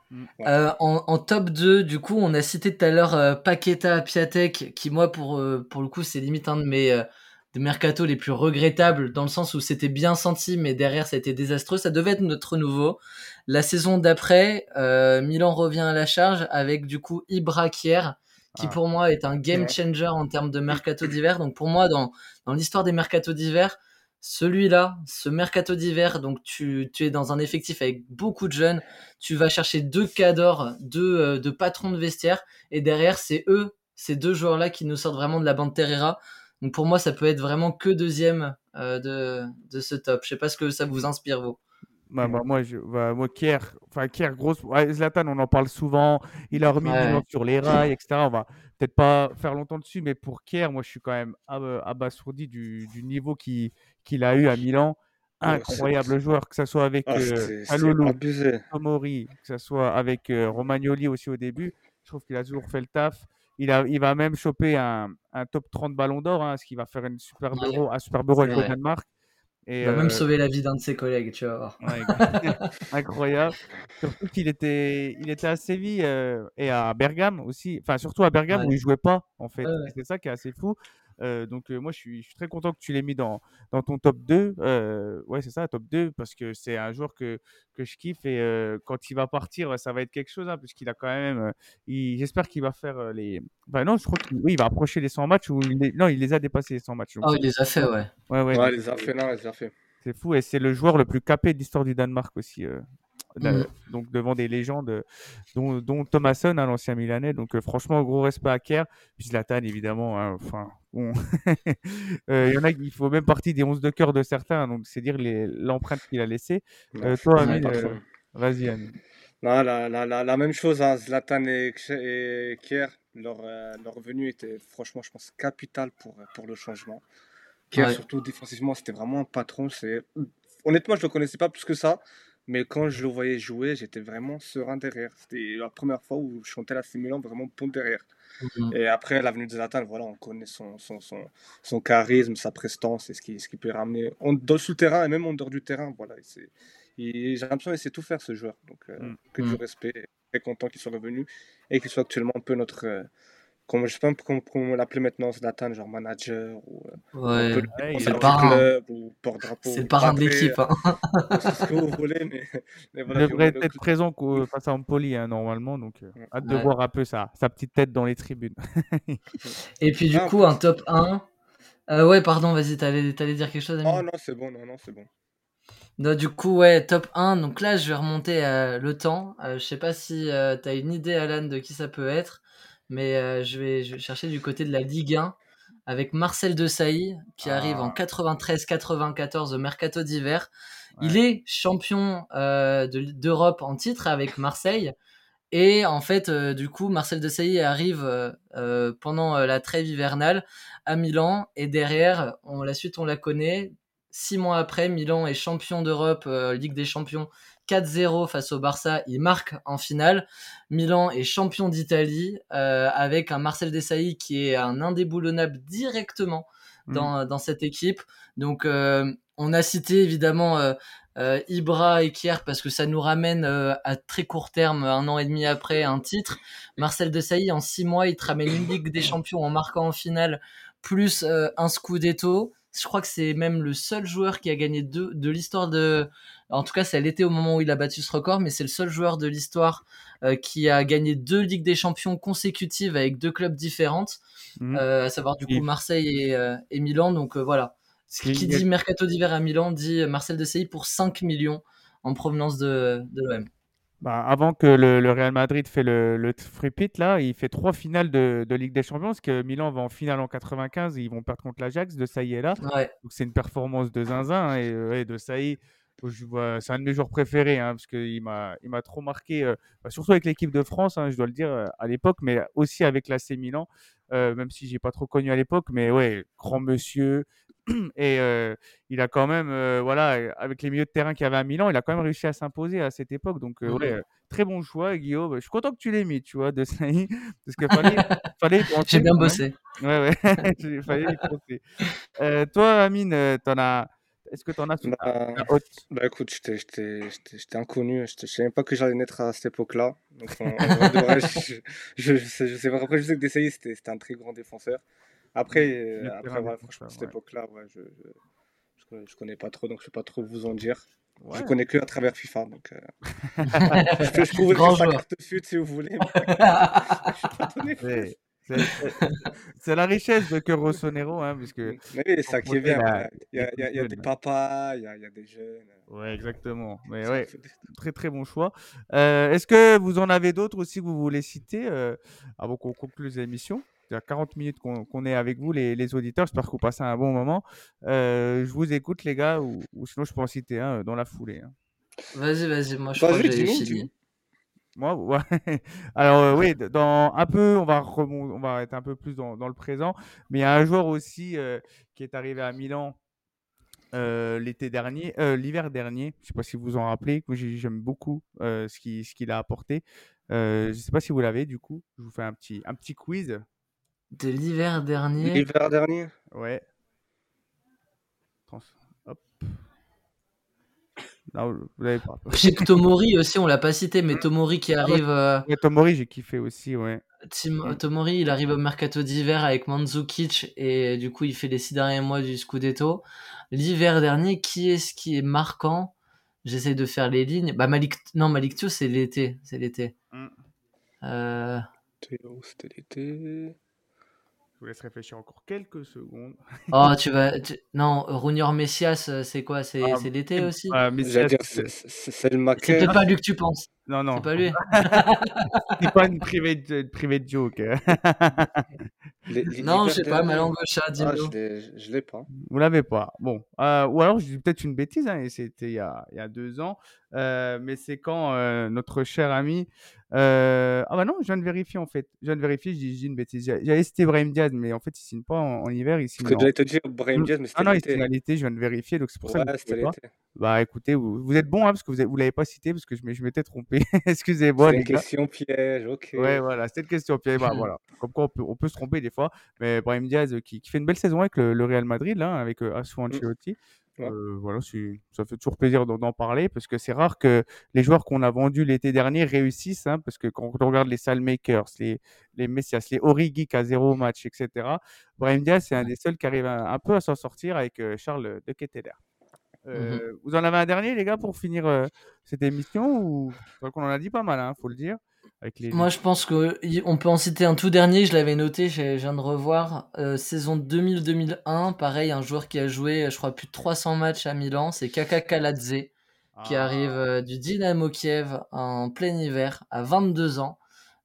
Mm. Ouais. Euh, en, en top deux, du coup, on a cité tout à l'heure euh, Paqueta, Piatek, qui moi, pour, euh, pour le coup, c'est limite un de mes euh, de mercato les plus regrettables, dans le sens où c'était bien senti, mais derrière, ça a été désastreux. Ça devait être notre nouveau. La saison d'après, euh, Milan revient à la charge avec, du coup, Ibra Kier, qui Ah. pour moi est un game Ouais. changer en termes de mercato d'hiver. Donc pour moi, dans, dans l'histoire des mercato d'hiver, celui-là, ce mercato d'hiver, donc tu, tu es dans un effectif avec beaucoup de jeunes, tu vas chercher deux cadors, deux, euh, deux patrons de vestiaire, et derrière, c'est eux, ces deux joueurs-là qui nous sortent vraiment de la bande Terrera. Donc pour moi, ça peut être vraiment que deuxième euh, de, de ce top. Je sais pas ce que ça vous inspire, vous. Bah, bah, moi, je, bah, moi, Kier, enfin, Kier, grosse. Ouais, Zlatan, on en parle souvent. Il a remis Milan Ouais, sur les rails, et cetera. On va peut-être pas faire longtemps dessus, mais pour Kier, moi, je suis quand même ab- abasourdi du, du niveau qui- qu'il a eu à Milan. Ouais, c'est- Incroyable joueur, que ce soit avec ah, euh, c'était c'était Kalulu, abusé. Tomori, que ce soit avec euh, Romagnoli aussi au début. Je trouve qu'il a toujours fait le taf. Il, a, il va même choper un, un top trente ballon d'or, hein, parce qu'il va faire une Superbe ouais, Euro, un Superbe Euro c'est avec le vrai. Danemark. Il Et va même euh, sauver la vie d'un de ses collègues, tu vas voir. ouais, incroyable. Surtout qu'il était, il était à Séville euh, et à Bergame aussi. Enfin, surtout à Bergame où Ouais, il jouait pas, en fait. ouais, Et ouais. c'est ça qui est assez fou. Euh, donc, euh, moi, je suis, je suis très content que tu l'aies mis dans, dans ton top deux. Euh, ouais, c'est ça, top deux, parce que c'est un joueur que, que je kiffe. Et euh, quand il va partir, ça va être quelque chose, hein, puisqu'il a quand même. euh, il- j'espère qu'il va faire euh, les. Enfin, non, je crois qu'il oui, il va approcher les cent matchs. Ou il les- Non, il les a dépassés, les cent matchs. Donc, Oh, c'est il les a fait, ouais. ouais, ouais, Ouais, donc les a c'est fait, non, les a fait. c'est fou. Et c'est le joueur le plus capé de l'histoire du Danemark aussi. euh, Mm. da- donc devant des légendes euh, dont, dont Thomasson, hein, l'ancien Milanais. Donc euh, franchement, gros respect à Kerr. Puis Zlatan, évidemment. hein, Enfin, bon. Euh, il y en a qui font même partie des onze de cœur de certains. Donc c'est dire les- l'empreinte qu'il a laissée. Non, Euh, c'est toi, c'est Ouais. Amine, pas euh, faux. vas-y, Amine. Non, la, la, la, la même chose, hein, Zlatan et, Kje- et Kier, leur, euh, leur venue était franchement, je pense, capitale pour, pour le changement. Kier, Ouais. surtout défensivement, c'était vraiment un patron. C'est... Honnêtement, je ne le connaissais pas plus que ça, mais quand je le voyais jouer, j'étais vraiment serein derrière. C'était la première fois où je chantais la C Milan vraiment bon derrière. Mm. Et après, l'avenue de Zlatan, voilà, on connaît son, son, son, son charisme, sa prestance et ce qu'il ce qu'il peut ramener en, dans, sur le terrain et même en dehors du terrain. Voilà, et c'est- il- j'ai l'impression qu'il sait tout faire, ce joueur. Donc, euh, Mm. que du Mm. respect. Très content qu'il soit revenu et qu'il soit actuellement un peu notre. Euh, comme, je sais pas comment, comment l'appeler maintenant, Zlatan, genre manager ou, euh, ou un peu Ouais, le Ouais, il c'est est le défenseur du en- parrain. club ou porte-drapeau C'est ou le parrain de padré, l'équipe, hein. ou c'est ce que vous voulez, mais, mais il voilà, du devrait moment être présent qu'au- face à Empoli, hein, normalement. Donc euh, hâte de Ouais. voir un peu sa, sa petite tête dans les tribunes. Et puis du Ah, coup, un top un. Euh, ouais, pardon, vas-y, t'allais, t'allais dire quelque chose, oh Amine? non, c'est bon, non, non, c'est bon. Non, du coup, ouais, top un. Donc là, je vais remonter euh, le temps. Euh, je sais pas si euh, t'as une idée, Alan, de qui ça peut être, mais euh, je vais, je vais chercher du côté de la Ligue un avec Marcel Desailly qui arrive en Ah, quatre-vingt-treize quatre-vingt-quatorze au mercato d'hiver. Il ouais. est champion euh, de- d'Europe en titre avec Marseille. Et en fait, euh, du coup, Marcel Desailly arrive euh, euh, pendant euh, la trêve hivernale à Milan. Et derrière, on, la suite, on la connaît. Six mois après, Milan est champion d'Europe, euh, Ligue des Champions, quatre zéro face au Barça. Il marque en finale. Milan est champion d'Italie euh, avec un Marcel Desailly qui est un indéboulonnable directement Mm. dans, dans cette équipe. Donc, euh, on a cité évidemment euh, euh, Ibra et Kier parce que ça nous ramène euh, à très court terme, un an et demi après, un titre. Marcel Desailly, en six mois, il te ramène une Ligue des Champions en marquant en finale, plus euh, un Scudetto. Je crois que c'est même le seul joueur qui a gagné deux de l'histoire de. En tout cas, ça l'était au moment où il a battu ce record, mais c'est le seul joueur de l'histoire euh, qui a gagné deux Ligues des Champions consécutives avec deux clubs différentes, Mm. euh, à savoir du coup Il, Marseille et, euh, et Milan. Donc euh, voilà. Ce qui il- dit mercato d'hiver à Milan dit Marcel Desailly pour cinq millions en provenance de, de l'O M. Bah, avant que le, le Real Madrid fait le, le free pit, là, il fait trois finales de, de Ligue des Champions, parce que Milan va en finale en quatre-vingt-quinze, et ils vont perdre contre l'Ajax, de ça y est là. Ouais, Donc c'est une performance de zinzin, hein, et, euh, et de ça y est, je vois- c'est un de mes joueurs préférés, hein, parce qu'il m'a, il m'a trop marqué, euh, bah, surtout avec l'équipe de France, hein, je dois le dire, euh, à l'époque, mais aussi avec l'A C Milan, euh, même si j'ai pas trop connu à l'époque, mais ouais, grand monsieur. Et euh, il a quand même, euh, voilà, euh, avec les milieux de terrain qu'il y avait à Milan, il a quand même réussi à s'imposer à cette époque. Donc, euh, ouais, Mhm. euh, très bon choix, Guillaume. Je suis content que tu l'aies mis, tu vois, de Saï, parce qu'il fallait, fallait y J'ai penser bien quand même. bossé. Ouais, ouais, il fallait y penser. Euh, toi, Amine, euh, t'en as, Est-ce que tu en as sous ta, Bah, ta hotte? bah écoute, j'étais j'étais- j'étais- j'étais inconnu, je savais même pas que j'allais naître à cette époque-là. Donc en, en vrai de vrai, je, je, je sais, je sais pas. Après, je sais que Desailly, c'était c'était un très grand défenseur. Après, Mm. euh, Le après terrain voilà, franchement, défenseur, cette ouais. époque-là, ouais, je, je, je, connais, je connais pas trop, donc je peux pas trop vous en dire. Je Ouais. connais que à travers FIFA, donc euh, je, peux, je pourrais Grand dire sa joueur. carte fut si vous voulez, mais je peux pas donner plus. C'est c'est- c'est- c'est la richesse de Cœur Rossonero, hein, puisque Mm. Mais oui, c'est son ça qui est projet, bien. il a, Voilà. Il y il est a, il y a- tout il y a des jeune. papas, il y a, il y a des jeunes. Ouais, exactement. Mais Ça ouais, fait des- très très bon choix. Euh, est-ce que vous en avez d'autres aussi que vous voulez citer euh, avant qu'on conclue l'émission? Il y a quarante minutes qu'on qu'on est avec vous, les, les auditeurs. J'espère que vous passez un bon moment. Euh, je vous écoute, les gars, ou, ou sinon je peux en citer un euh, dans la foulée, hein. Vas-y, vas-y, moi je crois Vas-y, que j'avais dis-nous, fini. dis-nous. Moi, ouais. Alors euh, oui, d- dans un peu, on va remon- on va être un peu plus dans, dans le présent, mais il y a un joueur aussi euh, qui est arrivé à Milan euh, l'été dernier, euh, l'hiver dernier. Je sais pas si vous vous en rappelez. Moi, j'ai- j'aime beaucoup euh, ce qu'il ce qu'il a apporté. Euh, je sais pas si vous l'avez. Du coup, je vous fais un petit un petit quiz. De l'hiver dernier. L'hiver dernier. Ouais. Trans- Hop. Non, vous l'avez pas. Je sais que Tomori aussi, on l'a pas cité, mais Tomori qui Ah ouais, arrive. euh, ouais, Tomori, j'ai kiffé aussi, ouais. Tim- Mm. Tomori, il arrive au mercato d'hiver avec Mandzukic et du coup, il fait les six derniers mois du Scudetto. L'hiver dernier, qui est-ce qui est marquant? J'essaie de faire les lignes. Bah Malik, non Malik Thiaw, c'est l'été, c'est l'été. Mm. Euh, Théo, c'était l'été. Je vous laisse réfléchir encore quelques secondes. Oh, tu vas, tu- non, Junior Messias, euh, c'est quoi? C'est Ah, c'est l'été aussi? ah, mais J'allais c'est dire, c'est c'est- c'est le C'est Maquet. peut-être pas lui que tu penses. non, non, C'est pas lui. c'est pas une private, une private joke. Les- les- Non, l'hiver je sais pas, ma dernier. langue au chat, Ah, dis-le. je l'ai, je- je l'ai pas. Vous l'avez pas. Bon, euh, ou alors je dis peut-être une bêtise, hein, et c'était il y a, il y a deux ans, euh, mais c'est quand euh, notre cher ami. euh, Ah bah non, je viens de vérifier en fait. Je viens de vérifier, je dis, je dis une bêtise. J'a- J'allais citer Brahim Diaz, mais en fait il signe pas en, en hiver, il Parce signe que en. j'allais te dire Brahim Mm. Diaz, mais Ah c'était non, il signe l'été. à l'été, je viens de vérifier, donc c'est pour ça que Ouais, vous ne c'était trouvez pas. l'été. Bah écoutez, vous, vous êtes bon, hein, parce que vous ne l'avez pas cité, parce que je, m'ai- je m'étais trompé. Excusez-moi, C'est les une gars. question piège, ok. Ouais, voilà, c'était une question piège. Bah, voilà. Comme quoi, on peut, on peut se tromper des fois. Mais Brahim Diaz, euh, qui, qui fait une belle saison avec le, le Real Madrid, là, avec euh, Asu Ancelotti. Ouais. Euh, voilà, c'est- ça fait toujours plaisir d'en d'en parler, parce que c'est rare que les joueurs qu'on a vendus l'été dernier réussissent, hein, parce que quand on regarde les Salmakers, les, les Messias, les Origi qui a zéro match, et cetera, Brahim Diaz, c'est un des seuls qui arrive un, un peu à s'en sortir avec euh, Charles de Ketteler. Euh, Vous en avez un dernier, les gars, pour finir euh, cette émission ou... Je crois qu'on en a dit pas mal, hein, faut le dire. Avec les... Moi, je pense que y- on peut en citer un tout dernier. Je l'avais noté, je je viens de revoir. Euh, saison deux mille deux mille un, pareil, un joueur qui a joué, je crois, plus de trois cents matchs à Milan, c'est Kaka Kaladze, qui Ah. arrive euh, du Dynamo Kiev en plein hiver, à vingt-deux ans,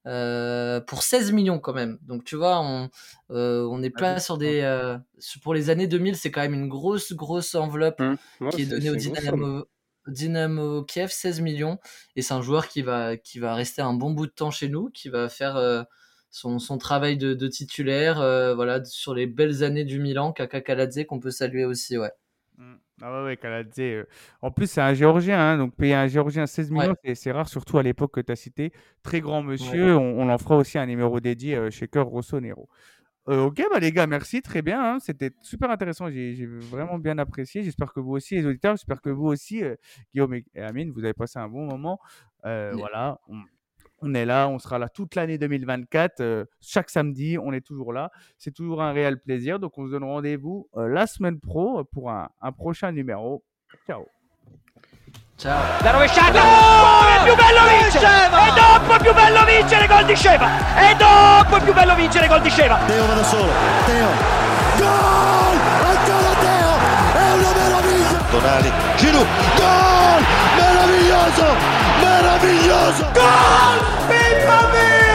euh, pour seize millions quand même. Donc, tu vois, on euh, on n'est pas oui, sur des... euh, pour les années deux mille, c'est quand même une grosse, grosse enveloppe Hum, ouais, qui est c'est donné c'est au une grosse somme. Dynamo, Dynamo Kiev, seize millions. Et c'est un joueur qui va, qui va rester un bon bout de temps chez nous, qui va faire euh, son, son travail de, de titulaire euh, voilà, sur les belles années du Milan, Kaka Kaladze, qu'on peut saluer aussi. Ouais. Mm. Ah ouais, ouais, Kaladze. euh, En plus, c'est un Géorgien, hein, donc payer un Géorgien seize Ouais. millions, c'est c'est rare, surtout à l'époque que tu as cité. Très grand monsieur, on, on en fera aussi un numéro dédié euh, chez Cœur Rossonero. Euh, ok, bah les gars, merci, très bien, hein, c'était super intéressant, j'ai j'ai vraiment bien apprécié. J'espère que vous aussi, les auditeurs, j'espère que vous aussi, euh, Guillaume et, et Amine, vous avez passé un bon moment. Euh, Oui. Voilà, on, on est là, on sera là toute l'année deux mille vingt-quatre, euh, chaque samedi, on est toujours là. C'est toujours un réel plaisir, donc on se donne rendez-vous euh, la semaine pro pour un, un prochain numéro. Ciao. Ciao. La rovesciata, oh, è più bello vincere e dopo è più bello vincere gol di Sceva e dopo è più bello vincere gol di Sceva. Teo va da solo, Teo, gol! Ancora Teo, è una meraviglia! Tonali, Giroud, gol! Meraviglioso! Meraviglioso! Gol! Mamma mia!